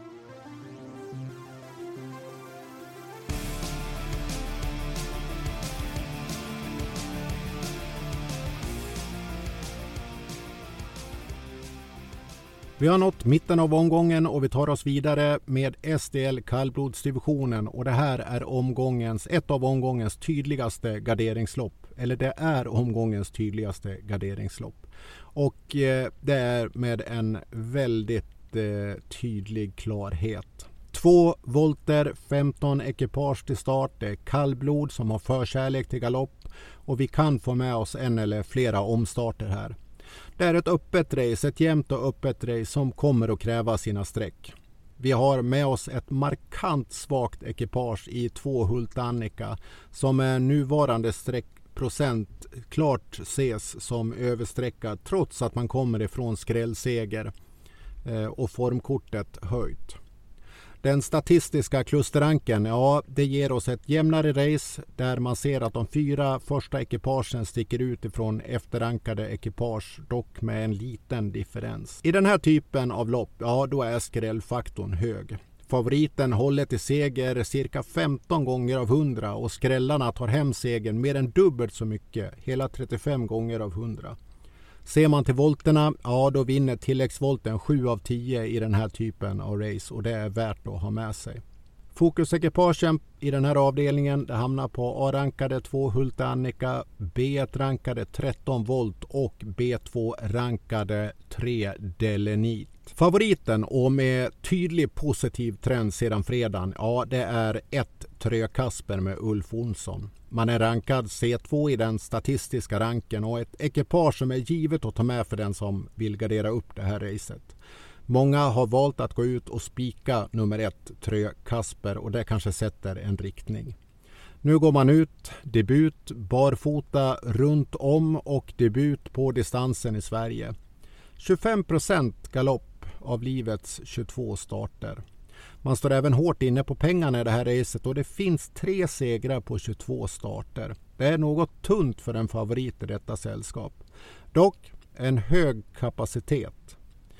S2: Vi har nått mitten av omgången och vi tar oss vidare med S D L kallblodsdivisionen och det här är omgångens, ett av omgångens tydligaste garderingslopp. Eller det är omgångens tydligaste garderingslopp. Och eh, det är med en väldigt eh, tydlig klarhet. Två volter, femton ekipage till start. Det är kallblod som har förkärlek till galopp och vi kan få med oss en eller flera omstarter här. Det är ett öppet race, ett jämnt och öppet race som kommer att kräva sina streck. Vi har med oss ett markant svagt ekipage i två Hult Annika som är nuvarande streckprocent klart ses som överstreckad trots att man kommer ifrån skrällseger och formkortet höjt. Den statistiska klusterranken, ja det ger oss ett jämnare race där man ser att de fyra första ekipagen sticker ut ifrån efterrankade ekipage, dock med en liten differens. I den här typen av lopp, ja då är skrällfaktorn hög. Favoriten håller till seger cirka femton gånger av hundra och skrällarna tar hem segern mer än dubbelt så mycket, hela trettiofem gånger av hundra. Ser man till volterna, ja då vinner tilläggsvolten sju av tio i den här typen av race och det är värt att ha med sig. Fokusekipagen i den här avdelningen det hamnar på A-rankade två Hulte Annika, B ett-rankade tretton volt och B två-rankade tre Delenit. Favoriten och med tydlig positiv trend sedan fredagen, ja det är ett Trö-Kasper med Ulf Olsson. Man är rankad C två i den statistiska ranken och ett ekipage som är givet att ta med för den som vill gardera upp det här racet. Många har valt att gå ut och spika nummer ett Trö-Kasper och det kanske sätter en riktning. Nu går man ut, debut, barfota runt om och debut på distansen i Sverige. tjugofem procent galopp av livets tjugotvå starter. Man står även hårt inne på pengarna i det här racet och det finns tre segrar på tjugotvå starter. Det är något tunt för en favorit i detta sällskap. Dock en hög kapacitet.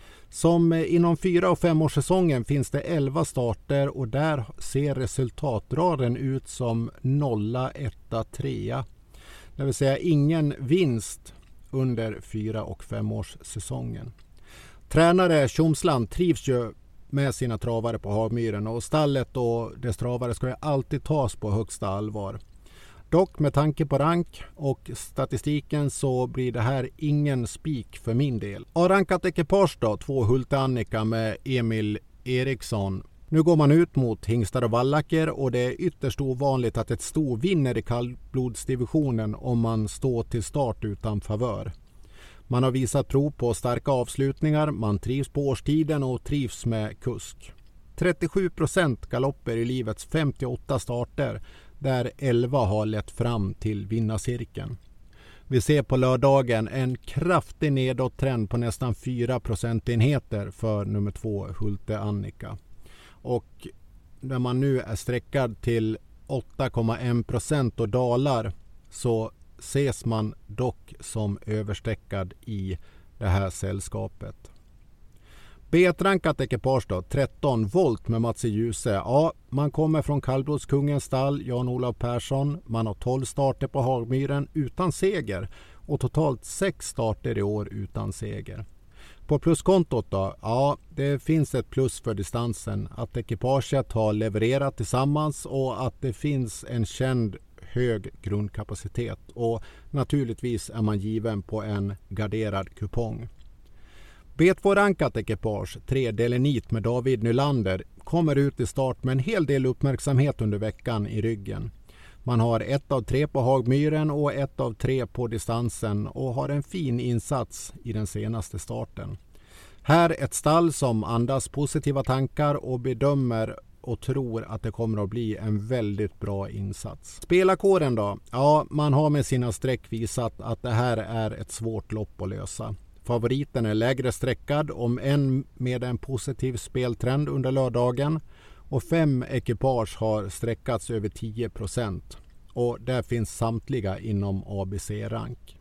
S2: Som inom fyra- och femårssäsongen finns det elva starter och där ser resultatraden ut som nolla, etta, trea. Det vill säga ingen vinst under fyra- och femårssäsongen. Tränare Tjomsland trivs ju med sina travare på Hagmyren och stallet och dess travare ska ju alltid tas på högsta allvar. Dock med tanke på rank och statistiken så blir det här ingen spik för min del. A-rankat ekipage då, två Hulte Annika med Emil Eriksson. Nu går man ut mot hingstar och vallacker och det är ytterst ovanligt att ett sto vinner i kallblodsdivisionen om man står till start utan favör. Man har visat prov på starka avslutningar, man trivs på årstiden och trivs med kusk. trettiosju procent galopper i livets femtioåtta starter där elva har lett fram till vinnarcirkeln. Vi ser på lördagen en kraftig nedåttrend på nästan fyra procentenheter för nummer två Hulte Annika. Och när man nu är sträckad till åtta komma en procent och dalar så ses man dock som översträckad i det här sällskapet. B ett-rankat ekipage då, tretton volt med Mats i Ljuse. Ja, man kommer från kallblodskungens stall, Jan-Olof Persson. Man har tolv starter på Hagmyren utan seger och totalt sex starter i år utan seger. På pluskontot då, ja det finns ett plus för distansen. Att ekipaget har levererat tillsammans och att det finns en känd hög grundkapacitet. Och naturligtvis är man given på en garderad kupong. B två-rankat ekipage, tre Delenit med David Nylander, kommer ut i start med en hel del uppmärksamhet under veckan i ryggen. Man har ett av tre på Hagmyren och ett av tre på distansen och har en fin insats i den senaste starten. Här ett stall som andas positiva tankar och bedömer och tror att det kommer att bli en väldigt bra insats. Spelarkåren då? Ja, man har med sina streck visat att det här är ett svårt lopp att lösa. Favoriten är lägre sträckad om en med en positiv speltrend under lördagen och fem ekipage har sträckats över tio procent och där finns samtliga inom A B C-rank.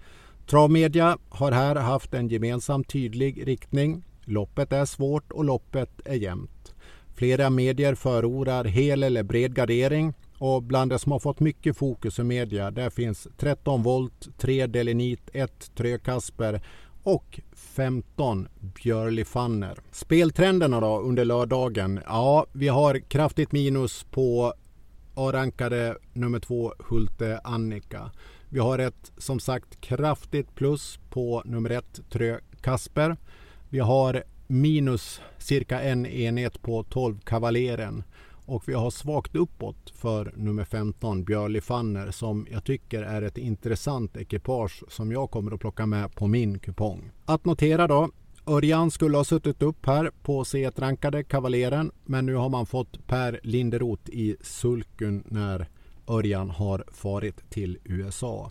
S2: Travmedia har här haft en gemensam tydlig riktning. Loppet är svårt och loppet är jämnt. Flera medier förordar hel eller bred gardering och bland det som har fått mycket fokus i media där finns tretton volt, tre Delenit, ett Trö-Kasper och femton Björli Fanner. Speltrenderna då under lördagen. Ja, vi har kraftigt minus på A-rankade nummer två Hulte Annika. Vi har ett som sagt kraftigt plus på nummer ett Trö-Kasper. Vi har minus cirka en enhet på tolv Kavaleren. Och vi har svagt uppåt för nummer femton Björli Fanner som jag tycker är ett intressant ekipage som jag kommer att plocka med på min kupong. Att notera då, Örjan skulle ha suttit upp här på C ett-rankade Kavaleren men nu har man fått Per Linderoth i sulken när Örjan har farit till U S A.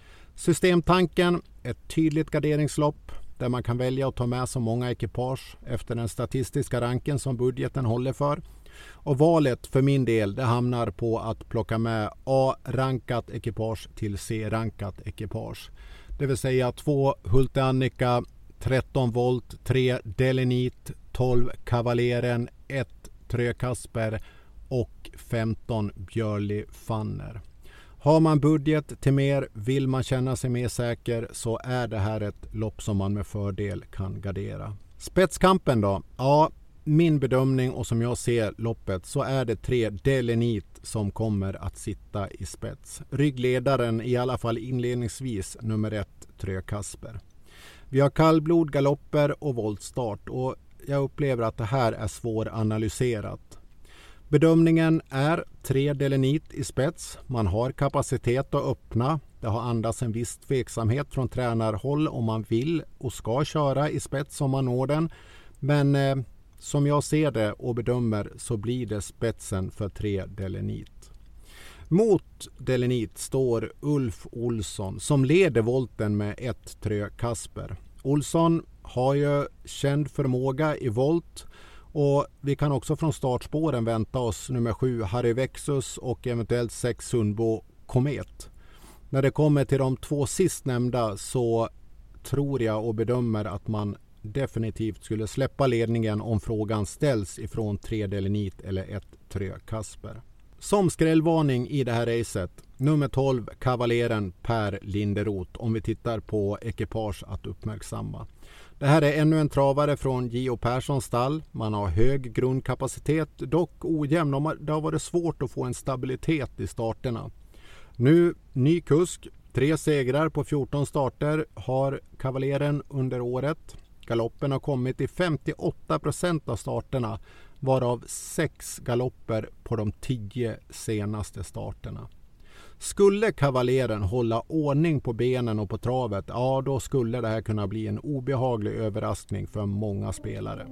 S2: Systemtanken, ett tydligt garderingslopp där man kan välja att ta med så många ekipage efter den statistiska ranken som budgeten håller för. Och valet för min del det hamnar på att plocka med A-rankat ekipage till C-rankat ekipage. Det vill säga två Hulte Annika, tretton volt, tre Delenit, tolv Kavaleren, ett Trö-Kasper och femton Björli Fanner. Har man budget till mer, vill man känna sig mer säker, så är det här ett lopp som man med fördel kan gardera. Spetskampen då? Ja, min bedömning och som jag ser loppet så är det tre Delenit som kommer att sitta i spets. Ryggledaren i alla fall inledningsvis nummer ett, Trö Kasper. Vi har kallblod, galopper och voltstart och jag upplever att det här är svåranalyserat. Bedömningen är tre Delenit i spets. Man har kapacitet att öppna. Det har andats en viss tveksamhet från tränarhåll om man vill och ska köra i spets om man når den. Men eh, som jag ser det och bedömer så blir det spetsen för tre Delenit. Mot Delenit står Ulf Olsson som leder volten med ett Trö Kasper. Olsson har ju känd förmåga i volt och vi kan också från startspåren vänta oss nummer sju Harry Vexus och eventuellt sex Sundbo Komet. När det kommer till de två sistnämnda så tror jag och bedömer att man definitivt skulle släppa ledningen om frågan ställs ifrån tre Delenit eller ett Trö Kasper. Som skrällvarning i det här racet, nummer tolv Kavaleren Per Linderoth om vi tittar på ekipage att uppmärksamma. Det här är ännu en travare från Gio Perssons stall. Man har hög grundkapacitet, dock ojämn och det har varit svårt att få en stabilitet i starterna. Nu ny kusk, tre segrar på fjorton starter har Kavaleren under året. Galoppen har kommit i femtioåtta procent av starterna, varav sex galopper på de tio senaste starterna. Skulle Kavaleren hålla ordning på benen och på travet, ja då skulle det här kunna bli en obehaglig överraskning för många spelare.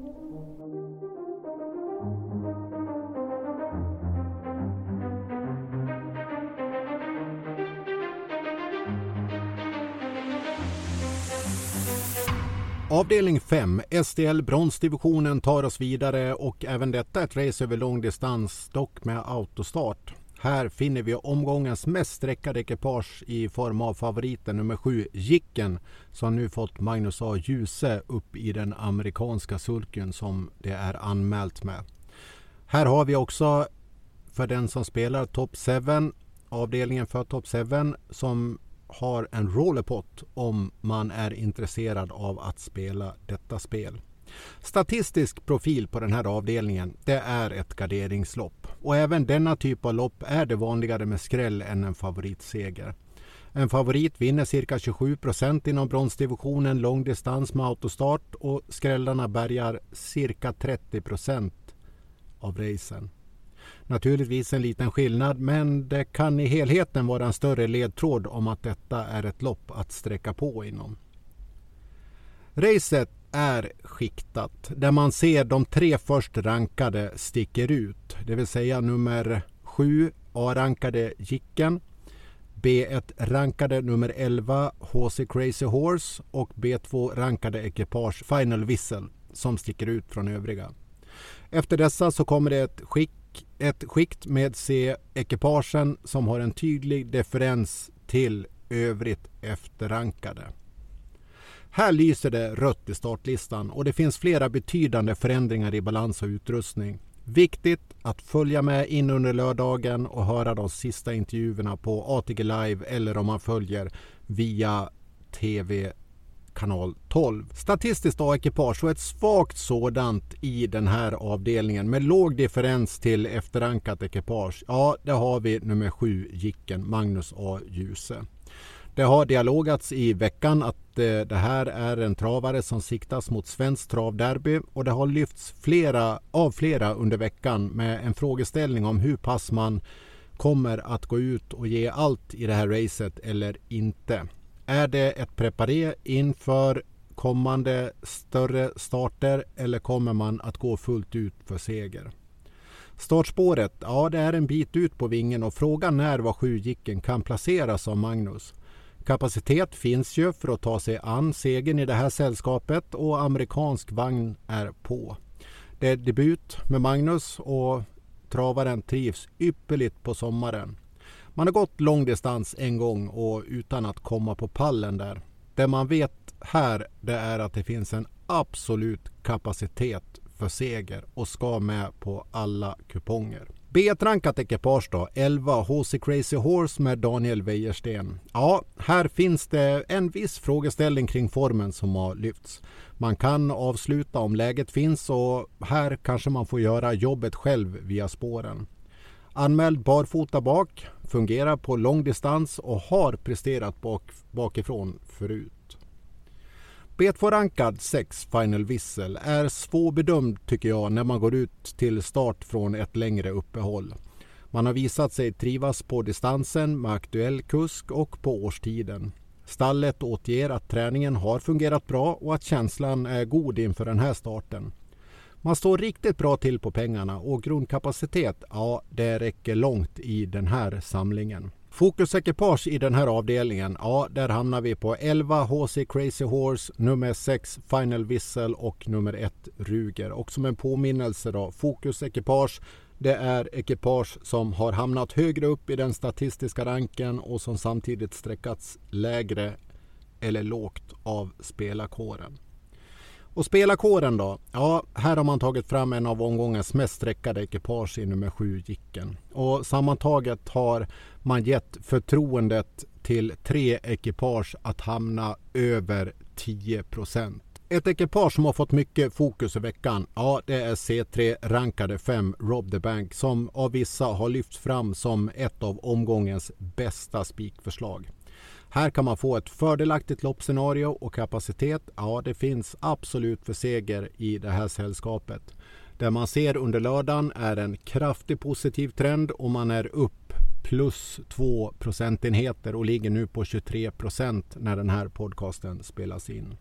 S2: Avdelning fem, S D L bronsdivisionen tar oss vidare och även detta ett race över lång distans, dock med autostart. Här finner vi omgångens mest sträckade ekipage i form av favoriten nummer sju Jicken som nu fått Magnus A. Djuse upp i den amerikanska sulken som det är anmält med. Här har vi också för den som spelar Top sju, avdelningen för Top sju som har en rollerpott om man är intresserad av att spela detta spel. Statistisk profil på den här avdelningen, det är ett garderingslopp. Och även denna typ av lopp är det vanligare med skräll än en favoritseger. En favorit vinner cirka tjugosju procent inom bronsdivisionen långdistans med autostart och skrällarna bärgar cirka trettio procent av racen. Naturligtvis en liten skillnad, men det kan i helheten vara en större ledtråd om att detta är ett lopp att sträcka på inom. Racet är skiktat där man ser de tre först rankade sticker ut, det vill säga nummer sju A-rankade Jicken, B ett rankade nummer elva H C Crazy Horse och B två rankade ekipage Final Whistle som sticker ut från övriga. Efter dessa så kommer det ett skick Ett skikt med C-ekipagen som har en tydlig differens till övrigt efterrankade. Här lyser det rött i startlistan och det finns flera betydande förändringar i balans och utrustning. Viktigt att följa med in under lördagen och höra de sista intervjuerna på A T G Live eller om man följer via T V kanal tolv. Statistiskt A-ekipage och ett svagt sådant i den här avdelningen med låg differens till efterrankat ekipage. Ja, det har vi nummer sju Jicken, Magnus A. Djuse. Det har dialogats i veckan att eh, det här är en travare som siktas mot svensk travderby och det har lyfts flera, av flera under veckan med en frågeställning om hur pass man kommer att gå ut och ge allt i det här racet eller inte. Är det ett preparé inför kommande större starter eller kommer man att gå fullt ut för seger? Startspåret, ja det är en bit ut på vingen och frågan är vad sju Jicken kan placeras av Magnus. Kapacitet finns ju för att ta sig an segern i det här sällskapet och amerikansk vagn är på. Det är debut med Magnus och travaren trivs ypperligt på sommaren. Man har gått lång distans en gång och utan att komma på pallen där. Det man vet här det är att det finns en absolut kapacitet för seger och ska med på alla kuponger. B ett-rankat ekipage då, elva H C Crazy Horse med Daniel Wäjersten. Ja, här finns det en viss frågeställning kring formen som har lyfts. Man kan avsluta om läget finns och här kanske man får göra jobbet själv via spåren. Anmäld barfota bak, fungerar på lång distans och har presterat bak, bakifrån förut. B två-rankad sex Final Whistle är svårbedömd tycker jag när man går ut till start från ett längre uppehåll. Man har visat sig trivas på distansen med aktuell kusk och på årstiden. Stallet återger att träningen har fungerat bra och att känslan är god inför den här starten. Man står riktigt bra till på pengarna och grundkapacitet, ja det räcker långt i den här samlingen. Fokusekipage i den här avdelningen, ja där hamnar vi på elva H C Crazy Horse, nummer sex Final Whistle och nummer ett Ruger. Och som en påminnelse då, fokusekipage det är ekipage som har hamnat högre upp i den statistiska ranken och som samtidigt sträckats lägre eller lågt av spelarkåren. Och spelarkåren då? Ja, här har man tagit fram en av omgångens mest sträckade ekipage i nummer sju Jicken. Och sammantaget har man gett förtroendet till tre ekipage att hamna över tio procent. Ett ekipage som har fått mycket fokus i veckan, ja det är C tre-rankade fem Rob the Bank som av vissa har lyfts fram som ett av omgångens bästa spikförslag. Här kan man få ett fördelaktigt loppscenario och kapacitet, ja det finns absolut för seger i det här sällskapet. Det man ser under lördagen är en kraftig positiv trend och man är upp plus två procentenheter och ligger nu på tjugotre procent när den här podcasten spelas in.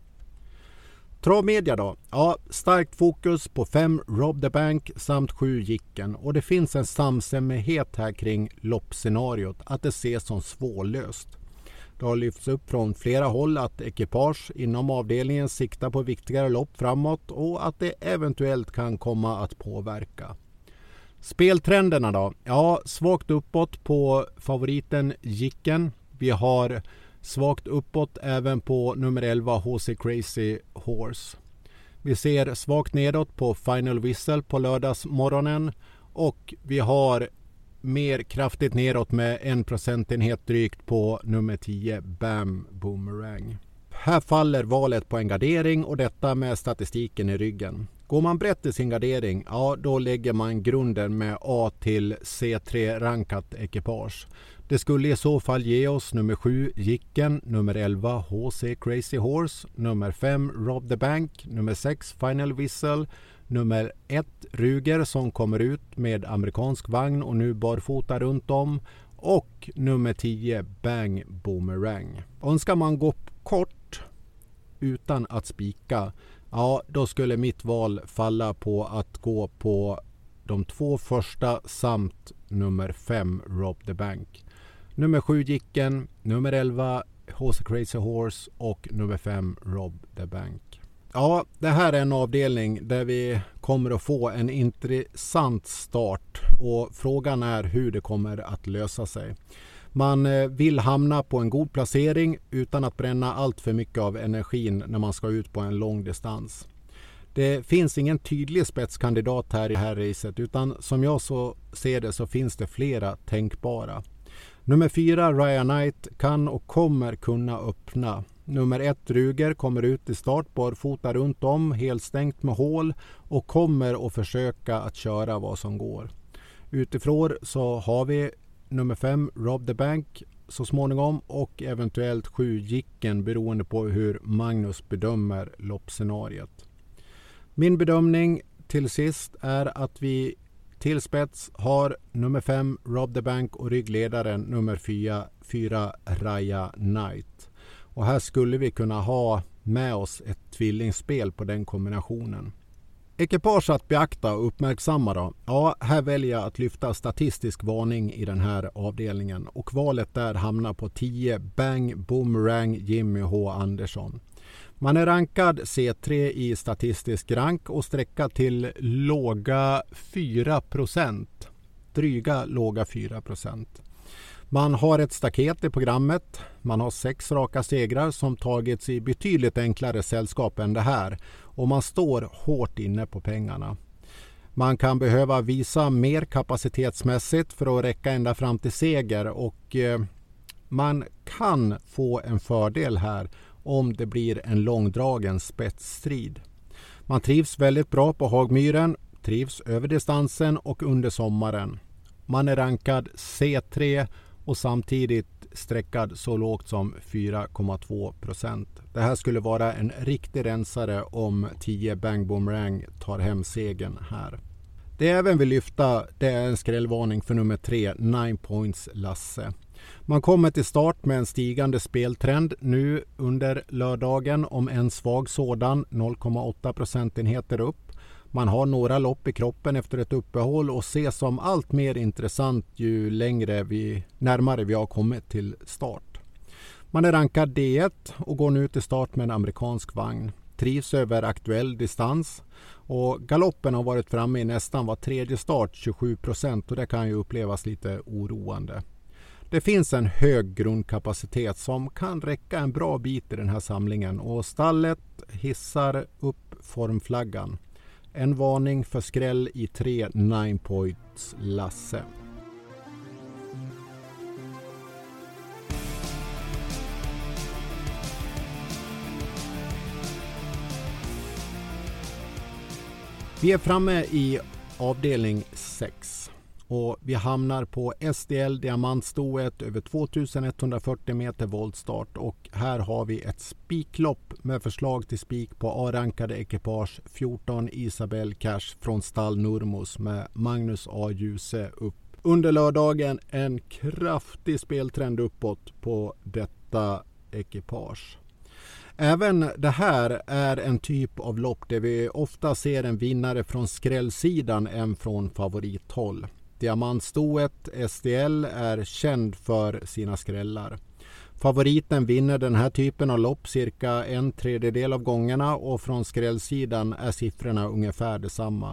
S2: Travmedia då? Ja, starkt fokus på fem Rob the Bank samt sju Jicken och det finns en samstämmighet här kring loppscenariot att det ses som svårlöst. Det har lyfts upp från flera håll att ekipage inom avdelningen siktar på viktigare lopp framåt och att det eventuellt kan komma att påverka. Speltrenderna då? Ja, svagt uppåt på favoriten Jicken. Vi har svagt uppåt även på nummer elva H C Crazy Horse. Vi ser svagt nedåt på Final Whistle på lördagsmorgonen och vi har mer kraftigt neråt med en procentenhet drygt på nummer tio Bam Boomerang. Här faller valet på en gardering och detta med statistiken i ryggen. Går man brett i sin gardering, ja då lägger man grunden med A till C tre-rankat ekipage. Det skulle i så fall ge oss nummer sju Jicken, nummer elva H C Crazy Horse, nummer fem Rob the Bank, nummer sex Final Whistle, nummer ett Ruger som kommer ut med amerikansk vagn och nu barfota runt om och nummer tio Bang Boomerang. Önskar man gå kort utan att spika, ja då skulle mitt val falla på att gå på de två första samt nummer fem Rob the Bank. Nummer sju Jicken, nummer elva H C Crazy Horse och nummer fem Rob the Bank. Ja, det här är en avdelning där vi kommer att få en intressant start och frågan är hur det kommer att lösa sig. Man vill hamna på en god placering utan att bränna allt för mycket av energin när man ska ut på en lång distans. Det finns ingen tydlig spetskandidat här i det här racet utan som jag så ser det så finns det flera tänkbara. Nummer fyra Ryan Knight kan och kommer kunna öppna. Nummer ett Ruger kommer ut i start barfota runt om, helt stängt med hål och kommer att försöka att köra vad som går. Utifrån så har vi nummer fem Rob the Bank så småningom och eventuellt sju Jicken beroende på hur Magnus bedömer loppscenariet. Min bedömning till sist är att vi till spets har nummer fem Rob the Bank och ryggledaren nummer fyra Ryan Knight. Och här skulle vi kunna ha med oss ett tvillingspel på den kombinationen. Ekipage att beakta och uppmärksamma då? Ja, här väljer jag att lyfta statistisk varning i den här avdelningen och valet där hamnar på tio Bang Boomerang Jimmy H. Andersson. Man är rankad C tre i statistisk rank och sträckad till låga fyra procent. Dryga låga fyra procent. Man har ett staket i programmet. Man har sex raka segrar som tagits i betydligt enklare sällskap än det här. Och man står hårt inne på pengarna. Man kan behöva visa mer kapacitetsmässigt för att räcka ända fram till seger och eh, man kan få en fördel här om det blir en långdragen spetsstrid. Man trivs väldigt bra på Hagmyren, trivs över distansen och under sommaren. Man är rankad C tre och samtidigt sträckad så lågt som fyra komma två procent. Det här skulle vara en riktig rensare om tio Bang Boomerang tar hem segern här. Det jag även vill lyfta det är en skrällvarning för nummer tre, Nine Points Lasse. Man kommer till start med en stigande speltrend nu under lördagen om en svag sådan, noll komma åtta procentenheter upp. Man har några lopp i kroppen efter ett uppehåll och ses som allt mer intressant ju längre vi, närmare vi har kommit till start. Man är rankad D ett och går nu till start med en amerikansk vagn. Trivs över aktuell distans och galoppen har varit framme i nästan var tredje start, tjugosju procent, och det kan ju upplevas lite oroande. Det finns en hög grundkapacitet som kan räcka en bra bit i den här samlingen och stallet hissar upp formflaggan. En varning för skräll i tre Nine Points Lasse. Vi är framme i avdelning sex och vi hamnar på S D L diamantstoet över tvåtusenetthundrafyrtio meter voltstart och här har vi ett spiklopp med förslag till spik på A-rankade ekipage fjorton Isabel Cash från stall Nurmos med Magnus A. Djuse upp. Under lördagen en kraftig speltrend uppåt på detta ekipage. Även det här är en typ av lopp där vi ofta ser en vinnare från skrällsidan än från favorithåll. Diamantstoet S D L är känd för sina skrällar. Favoriten vinner den här typen av lopp cirka en tredjedel av gångerna och från skrällsidan är siffrorna ungefär detsamma.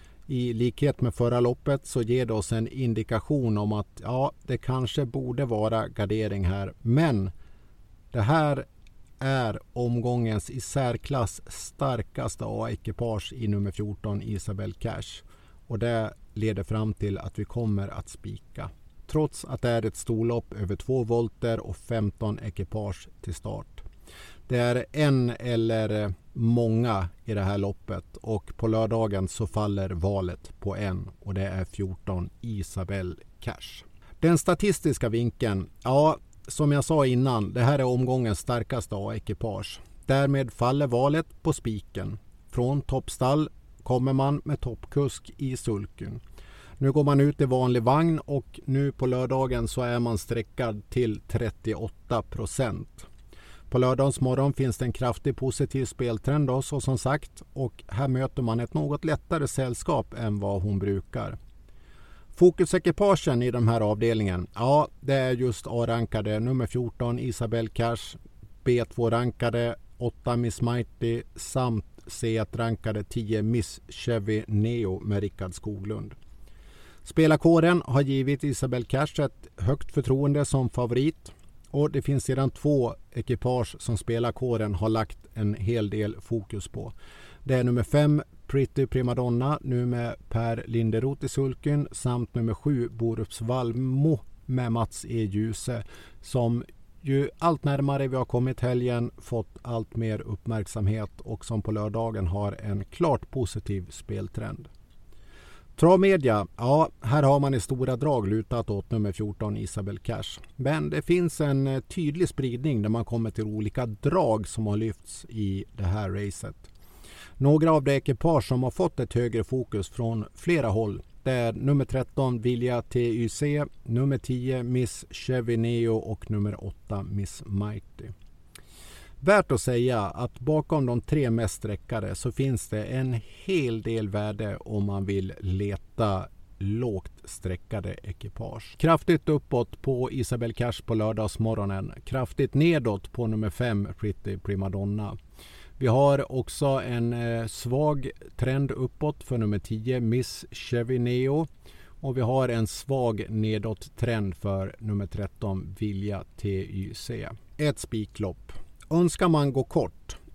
S2: I likhet med förra loppet så ger det oss en indikation om att ja, det kanske borde vara gardering här, men det här är omgångens i särklass starkaste A-ekipage i nummer fjorton Isabel Cash och det leder fram till att vi kommer att spika. Trots att det är ett storlopp över två volter och femton ekipage till start. Det är en eller många i det här loppet och på lördagen så faller valet på en och det är fjorton Isabel Cash. Den statistiska vinkeln, ja, som jag sa innan, det här är omgångens starkaste A-ekipage. Därmed faller valet på spiken. Från toppstall kommer man med toppkusk i sulken. Nu går man ut i vanlig vagn och nu på lördagen så är man sträckad till trettioåtta procent. På lördagens morgon finns det en kraftig positiv speltrend då, så som sagt, och här möter man ett något lättare sällskap än vad hon brukar. Fokusekipagen i den här avdelningen, ja det är just A-rankade nummer fjorton Isabel Cash, B två-rankade åtta Miss Mighty samt C ett-rankade tio Miss Chevy Neo med Rickard Skoglund. Spelarkåren har givit Isabel Cash ett högt förtroende som favorit och det finns sedan två ekipage som spelarkåren har lagt en hel del fokus på. Det är nummer fem Pretty Primadonna nu med Per Linderoth i sulken samt nummer sju Borups Valmo med Mats E. Djuse som ju allt närmare vi har kommit helgen fått allt mer uppmärksamhet och som på lördagen har en klart positiv speltrend. Travmedia, ja här har man i stora drag lutat åt nummer fjorton Isabel Cash. Men det finns en tydlig spridning när man kommer till olika drag som har lyfts i det här racet. Några av de ekipage som har fått ett högre fokus från flera håll det är nummer tretton Vilja T Y C, nummer tio Miss Chevy Neo och nummer åtta Miss Mighty. Värt att säga att bakom de tre mest sträckade så finns det en hel del värde om man vill leta lågt sträckade ekipage. Kraftigt uppåt på Isabel Cash på lördagsmorgonen, kraftigt nedåt på nummer fem Pretty Primadonna. Vi har också en eh, svag trend uppåt för nummer tio Miss Chevy Neo och vi har en svag nedåt trend för nummer tretton Vilja T Y C. Ett spiklopp. Önskar man gå kort,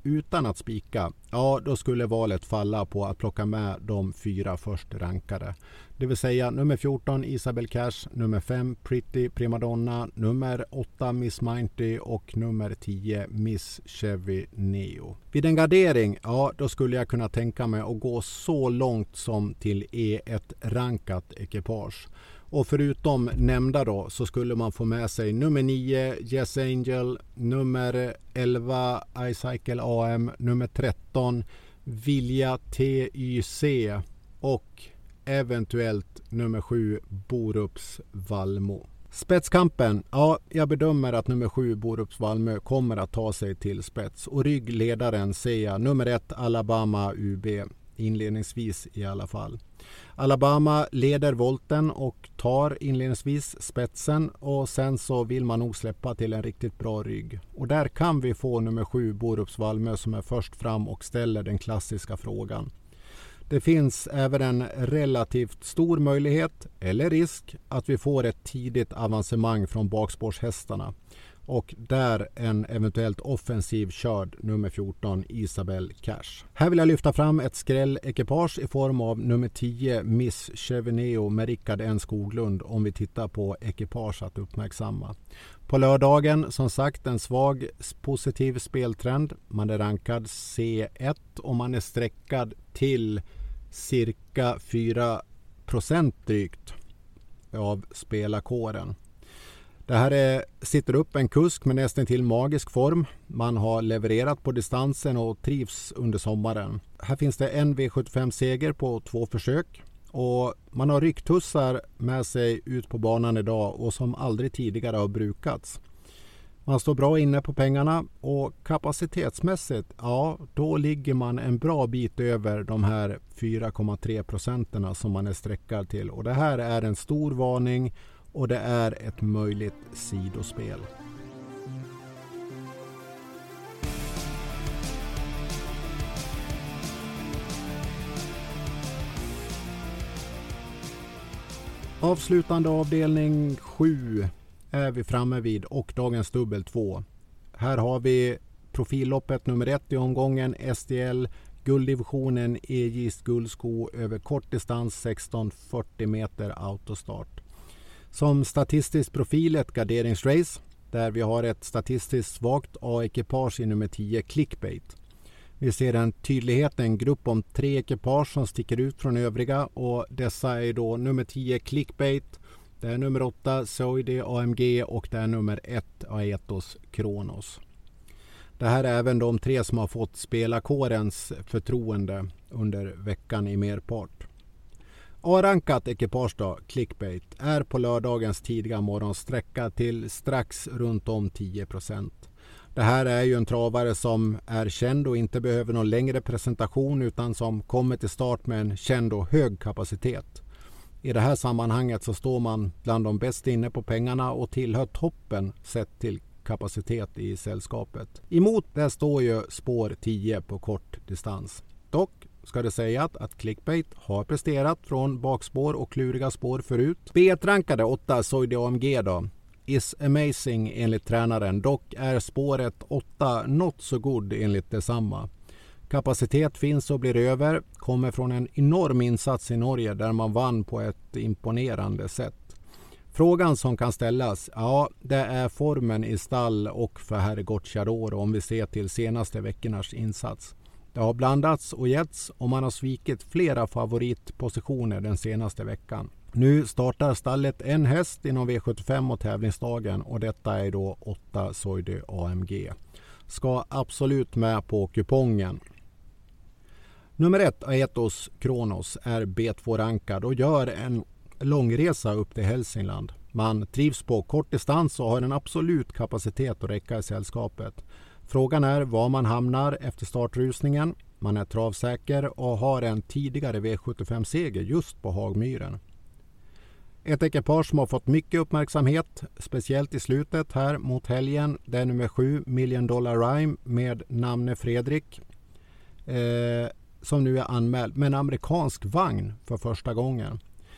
S2: utan att spika, ja då skulle valet falla på att plocka med de fyra först rankade. Det vill säga nummer fjorton Isabel Cash, nummer fem Pretty Primadonna, nummer åtta Miss Minty och nummer tio Miss Chevy Neo. Vid en gardering, ja då skulle jag kunna tänka mig att gå så långt som till E ett-rankat ekipage. Och förutom nämnda då så skulle man få med sig nummer nio Yes Angel, nummer elva iCycle A M, nummer tretton Vilja T Y C och eventuellt nummer sju Borups Valmo. Spetskampen, ja jag bedömer att nummer sju Borups Valmö kommer att ta sig till spets och ryggledaren ser jag nummer ett Alabama U B. Inledningsvis i alla fall. Alabama leder volten och tar inledningsvis spetsen och sen så vill man nog släppa till en riktigt bra rygg. Och där kan vi få nummer sju Borups Valmö som är först fram och ställer den klassiska frågan. Det finns även en relativt stor möjlighet eller risk att vi får ett tidigt avancemang från bakspårshästarna. Och där en eventuellt offensiv körd nummer fjorton Isabel Cash. Här vill jag lyfta fram ett skrällekipage i form av nummer tio Miss Chevy Neo med Rickard N. Skoglund om vi tittar på ekipage att uppmärksamma. På lördagen som sagt en svag positiv speltrend. Man är rankad C ett och man är sträckad till cirka fyra procent drygt av spelarkåren. Det här är, sitter upp en kusk med nästan till magisk form. Man har levererat på distansen och trivs under sommaren. Här finns det en V sjuttiofem-seger på två försök. Och man har rycktussar med sig ut på banan idag och som aldrig tidigare har brukats. Man står bra inne på pengarna och kapacitetsmässigt, ja då ligger man en bra bit över de här fyra komma tre procenterna som man är sträckad till. Och det här är en stor varning. Och det är ett möjligt sidospel. Avslutande avdelning sju är vi framme vid och dagens dubbel två. Här har vi profilloppet nummer ett i omgången S D L. Gulddivisionen E J:s guldsko över kortdistans sexton fyrtio meter autostart. Som statistisk profil ett garderingsrace där vi har ett statistiskt svagt A-ekipage i nummer tio Clickbait. Vi ser en tydlighet, en grupp om tre ekipage som sticker ut från övriga och dessa är då nummer tio Clickbait, det är nummer åtta Zoide A M G och det är nummer ett Aetos Kronos. Det här är även de tre som har fått spelarkårens förtroende under veckan i merpart. A-rankat ekipage då, Clickbait, är på lördagens tidiga morgonsträcka till strax runt om tio procent. Det här är ju en travare som är känd och inte behöver någon längre presentation utan som kommer till start med en känd och hög kapacitet. I det här sammanhanget så står man bland de bästa inne på pengarna och tillhör toppen sett till kapacitet i sällskapet. Emot det står ju spår tio på kort distans. Dock ska det säga att Clickbait har presterat från bakspår och kluriga spår förut. B ett-rankade åtta Zoide A M G då. Is amazing enligt tränaren. Dock är spåret åtta not so good enligt detsamma. Kapacitet finns och blir över. Kommer från en enorm insats i Norge där man vann på ett imponerande sätt. Frågan som kan ställas, ja det är formen i stall och för herr Gocciadoro om vi ser till senaste veckornas insats. Det har blandats och getts och man har svikit flera favoritpositioner den senaste veckan. Nu startar stallet en häst inom V sjuttiofem och tävlingsdagen och detta är då åtta Zoide A M G. Ska absolut med på kupongen. Nummer ett Aetos Kronos är B två-rankad och gör en långresa upp till Hälsingland. Man trivs på kort distans och har en absolut kapacitet att räcka i sällskapet. Frågan är var man hamnar efter startrusningen. Man är travsäker och har en tidigare V sjuttiofem-seger just på Hagmyren. Ett ekipage som har fått mycket uppmärksamhet, speciellt i slutet här mot helgen. Det är nummer sju Million Dollar Rhyme med namne Fredrik. Eh, som nu är anmäld med en amerikansk vagn för första gången.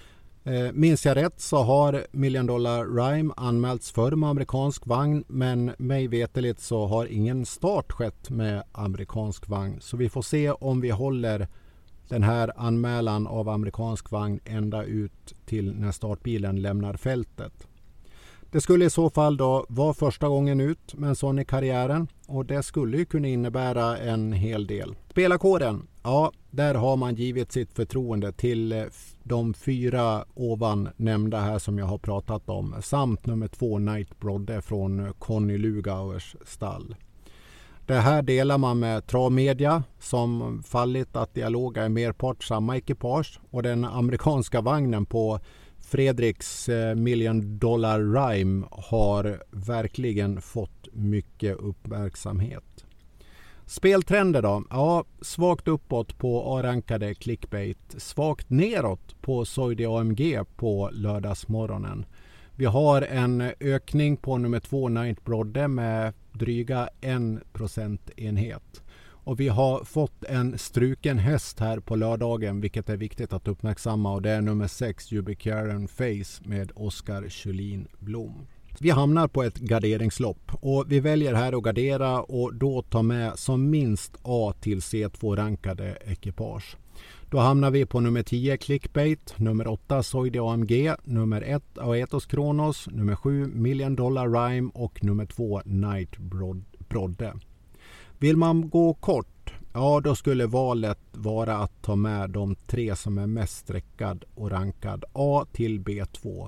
S2: Eh, minns jag rätt så har Million Dollar Rhyme anmälts för med amerikansk vagn, men mig veteligt så har ingen start skett med amerikansk vagn. Så vi får se om vi håller den här anmälan av amerikansk vagn ända ut till när startbilen lämnar fältet. Det skulle i så fall då vara första gången ut med en sån i karriären, och det skulle ju kunna innebära en hel del. Spelarkåren, ja, där har man givit sitt förtroende till de fyra ovan nämnda här som jag har pratat om, samt nummer två Night Brodde från Conny Lugauers stall. Det här delar man med Travmedia som fallit att Dialoga är merpart samma ekipage, och den amerikanska vagnen på Fredriks Million Dollar Rhyme har verkligen fått mycket uppmärksamhet. Speltrender då? Ja, svagt uppåt på A-rankade Clickbait, svagt neråt på Soidi A M G på lördagsmorgonen. Vi har en ökning på nummer två Night Brodde med dryga en procentenhet. Och vi har fått en struken häst här på lördagen, vilket är viktigt att uppmärksamma, och det är nummer sex Ubiquitarian Face med Oskar Kjellin Blom. Vi hamnar på ett garderingslopp och vi väljer här att gardera och då ta med som minst A till C två-rankade ekipage. Då hamnar vi på nummer tio Clickbait, nummer åtta Soidi A M G, nummer ett Aetos Kronos, nummer sju Million Dollar Rhyme och nummer två Night Brodde. Vill man gå kort, ja då skulle valet vara att ta med de tre som är mest streckad och rankad A till B två.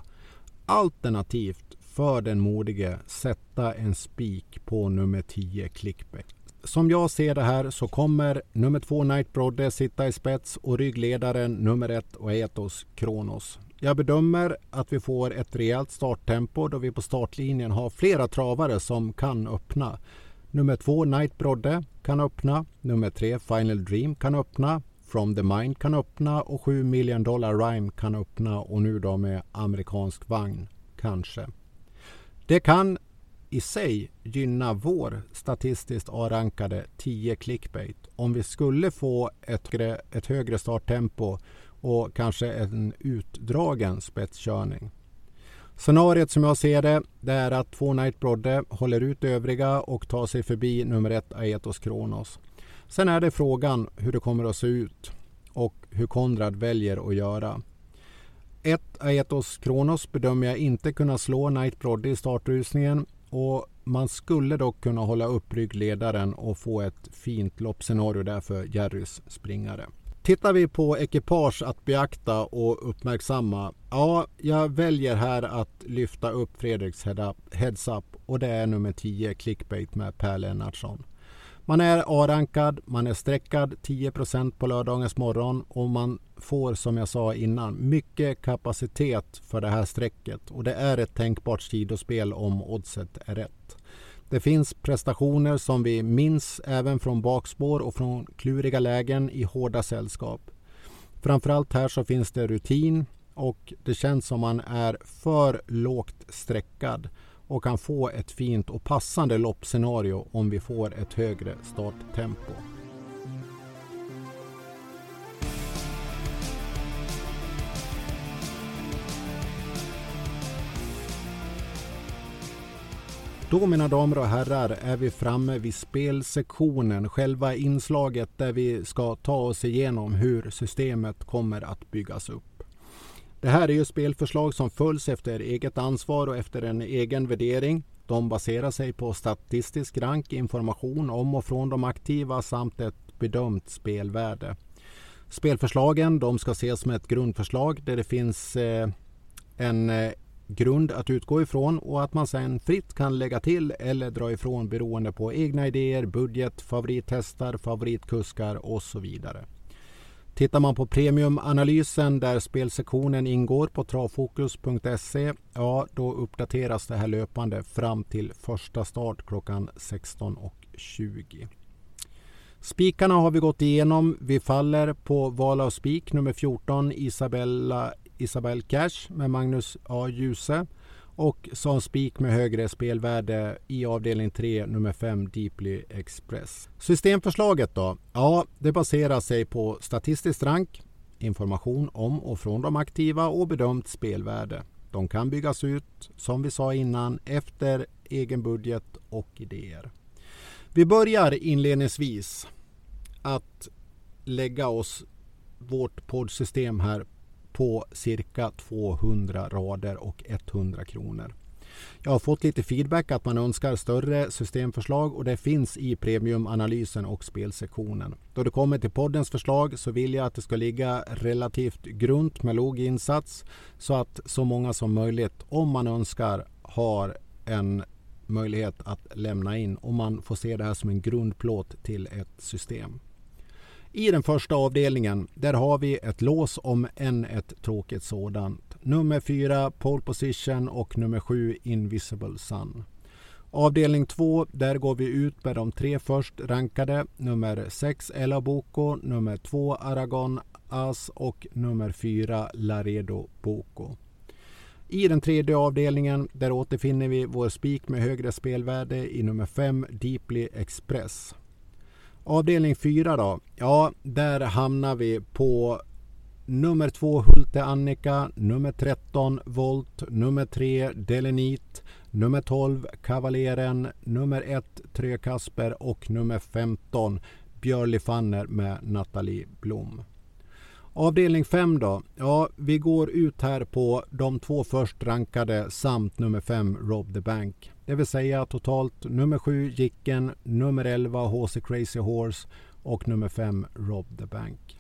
S2: Alternativt för den modige sätta en spik på nummer tio Clickbait. Som jag ser det här så kommer nummer två Night Brodde sitta i spets och ryggledaren nummer ett Aetos Kronos. Jag bedömer att vi får ett rejält starttempo då vi på startlinjen har flera travare som kan öppna. Nummer två Night Brodde kan öppna, nummer tre Final Dream kan öppna, From the Mind kan öppna och sju Million Dollar Rhyme kan öppna, och nu då med amerikansk vagn kanske. Det kan i sig gynna vår statistiskt A-rankade tio Clickbait om vi skulle få ett, ett högre starttempo och kanske en utdragen spetskörning. Scenariet som jag ser det, det är att två Night Brodde håller ut övriga och tar sig förbi nummer ett Aetos Kronos. Sen är det frågan hur det kommer att se ut och hur Konrad väljer att göra. ett Aetos Kronos bedömer jag inte kunna slå Night Brodde i startrusningen, och man skulle dock kunna hålla upp ryggledaren och få ett fint loppscenario där för Jerrys springare. Tittar vi på ekipage att beakta och uppmärksamma, ja, jag väljer här att lyfta upp Fredriks heads up, och det är nummer tio Clickbait med Per Lennartsson. Man är A-rankad, man är streckad tio procent på lördagens morgon, och man får, som jag sa innan, mycket kapacitet för det här strecket, och det är ett tänkbart sidospel om oddset är rätt. Det finns prestationer som vi minns även från bakspår och från kluriga lägen i hårda sällskap. Framförallt här så finns det rutin, och det känns som man är för lågt streckad och kan få ett fint och passande loppscenario om vi får ett högre starttempo. Då, mina damer och herrar, är vi framme vid spelsektionen, själva inslaget där vi ska ta oss igenom hur systemet kommer att byggas upp. Det här är ju spelförslag som följs efter eget ansvar och efter en egen värdering. De baserar sig på statistisk rank, information om och från de aktiva samt ett bedömt spelvärde. Spelförslagen, de ska ses som ett grundförslag där det finns eh, en eh, grund att utgå ifrån, och att man sen fritt kan lägga till eller dra ifrån beroende på egna idéer, budget, favorithästar, favoritkuskar och så vidare. Tittar man på premiumanalysen där spelsektionen ingår på travfokus punkt se, ja då uppdateras det här löpande fram till första start klockan sexton tjugo. Spikarna har vi gått igenom. Vi faller på val av spik nummer fjorton Isabella Isabel Cash med Magnus A. Djuse, och som spik med högre spelvärde i avdelning tre nummer fem Deeply Express. Systemförslaget då? Ja, det baserar sig på statistisk rank, information om och från de aktiva och bedömt spelvärde. De kan byggas ut, som vi sa innan, efter egen budget och idéer. Vi börjar inledningsvis att lägga oss vårt poddsystem här på cirka tvåhundra rader och hundra kronor. Jag har fått lite feedback att man önskar större systemförslag och det finns i premiumanalysen och spelsektionen. Då det kommer till poddens förslag så vill jag att det ska ligga relativt grunt med låg insats så att så många som möjligt, om man önskar, har en möjlighet att lämna in och man får se det här som en grundplåt till ett system. I den första avdelningen där har vi ett lås, om än ett tråkigt sådant. Nummer fyra Pole Position och nummer sju Invisible Sun. Avdelning två, där går vi ut med de tre först rankade. Nummer sex Ella Boko, nummer två Aragon As och nummer fyra Laredo Boko. I den tredje avdelningen där återfinner vi vår spik med högre spelvärde i nummer fem Deeply Express. Avdelning fyra då, ja där hamnar vi på nummer två Hulte Annika, nummer tretton Volt, nummer tre Delenit, nummer tolv Kavaleren, nummer ett Trö Kasper och nummer femton Björli Fanner med Nathalie Blom. Avdelning fem då, ja vi går ut här på de två först rankade samt nummer fem Rob the Bank. Det vill säga totalt nummer sju Jicken, nummer elva H C Crazy Horse och nummer fem Rob the Bank.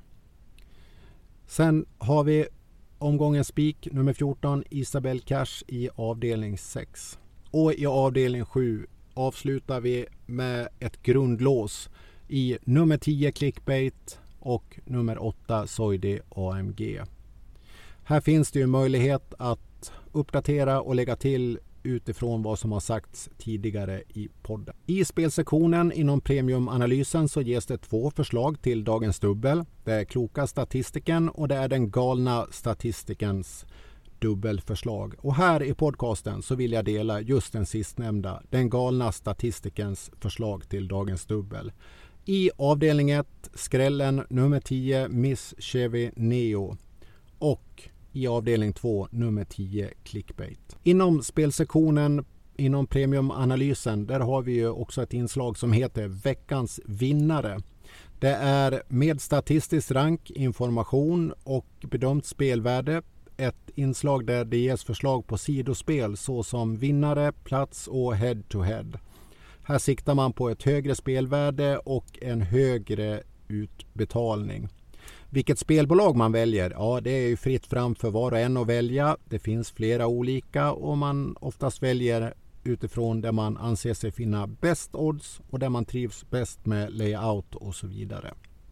S2: Sen har vi omgången spik nummer fjorton Isabel Cash i avdelning sex. Och i avdelning sju avslutar vi med ett grundlås i nummer tio Clickbait och nummer åtta Soidi A M G. Här finns det ju möjlighet att uppdatera och lägga till utifrån vad som har sagts tidigare i podden. I spelsektionen inom premiumanalysen så ges det två förslag till dagens dubbel. Det är kloka statistiken och det är den galna statistikens dubbelförslag. Och här i podcasten så vill jag dela just den sistnämnda, den galna statistikens förslag till dagens dubbel. I avdelning ett skrällen nummer tio Miss Chevy Neo och i avdelning två nummer tio Clickbait. Inom spelsektionen inom premiumanalysen där har vi ju också ett inslag som heter veckans vinnare. Det är med statistisk rank, information och bedömt spelvärde. Ett inslag där det ges förslag på sidospel såsom vinnare, plats och head to head. Här siktar man på ett högre spelvärde och en högre utbetalning. Vilket spelbolag man väljer, ja det är ju fritt fram för var och en att välja. Det finns flera olika och man oftast väljer utifrån där man anser sig finna bäst odds och där man trivs bäst med layout och så vidare.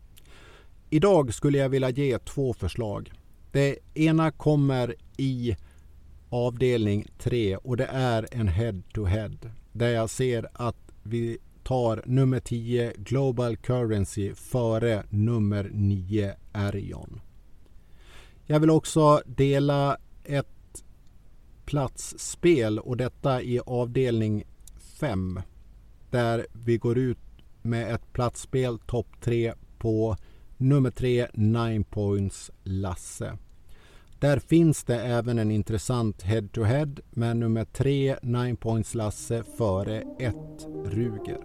S2: Idag skulle jag vilja ge två förslag. Det ena kommer i avdelning tre och det är en head to head. Där jag ser att vi tar nummer tio Global Currency före nummer nio Erion. Jag vill också dela ett platsspel och detta i avdelning fem. Där vi går ut med ett platsspel topp tre på nummer tre Nine Points Lasse. Där finns det även en intressant head-to-head med nummer tre Nine Points Lasse före ett Ruger.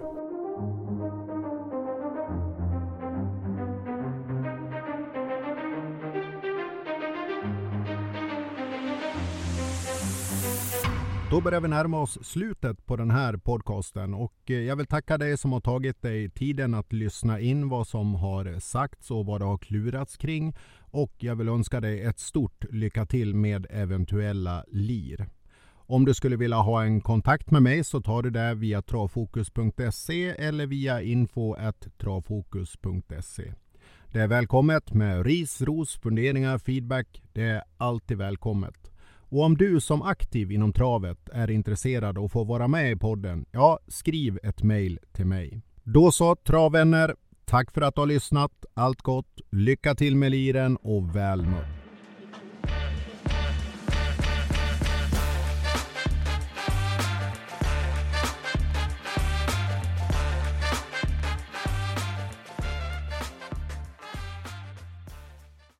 S2: Då börjar vi närma oss slutet på den här podcasten och jag vill tacka dig som har tagit dig tiden att lyssna in vad som har sagts och vad det har klurats kring, och jag vill önska dig ett stort lycka till med eventuella lir. Om du skulle vilja ha en kontakt med mig så tar du det via travfokus punkt se eller via info at travfokus punkt se. Det är välkommet med ris, ros, funderingar, feedback. Det är alltid välkommet. Och om du som aktiv inom travet är intresserad och får vara med i podden, ja, skriv ett mejl till mig. Då så, travvänner, tack för att du har lyssnat. Allt gott, lycka till med liren och väl mött.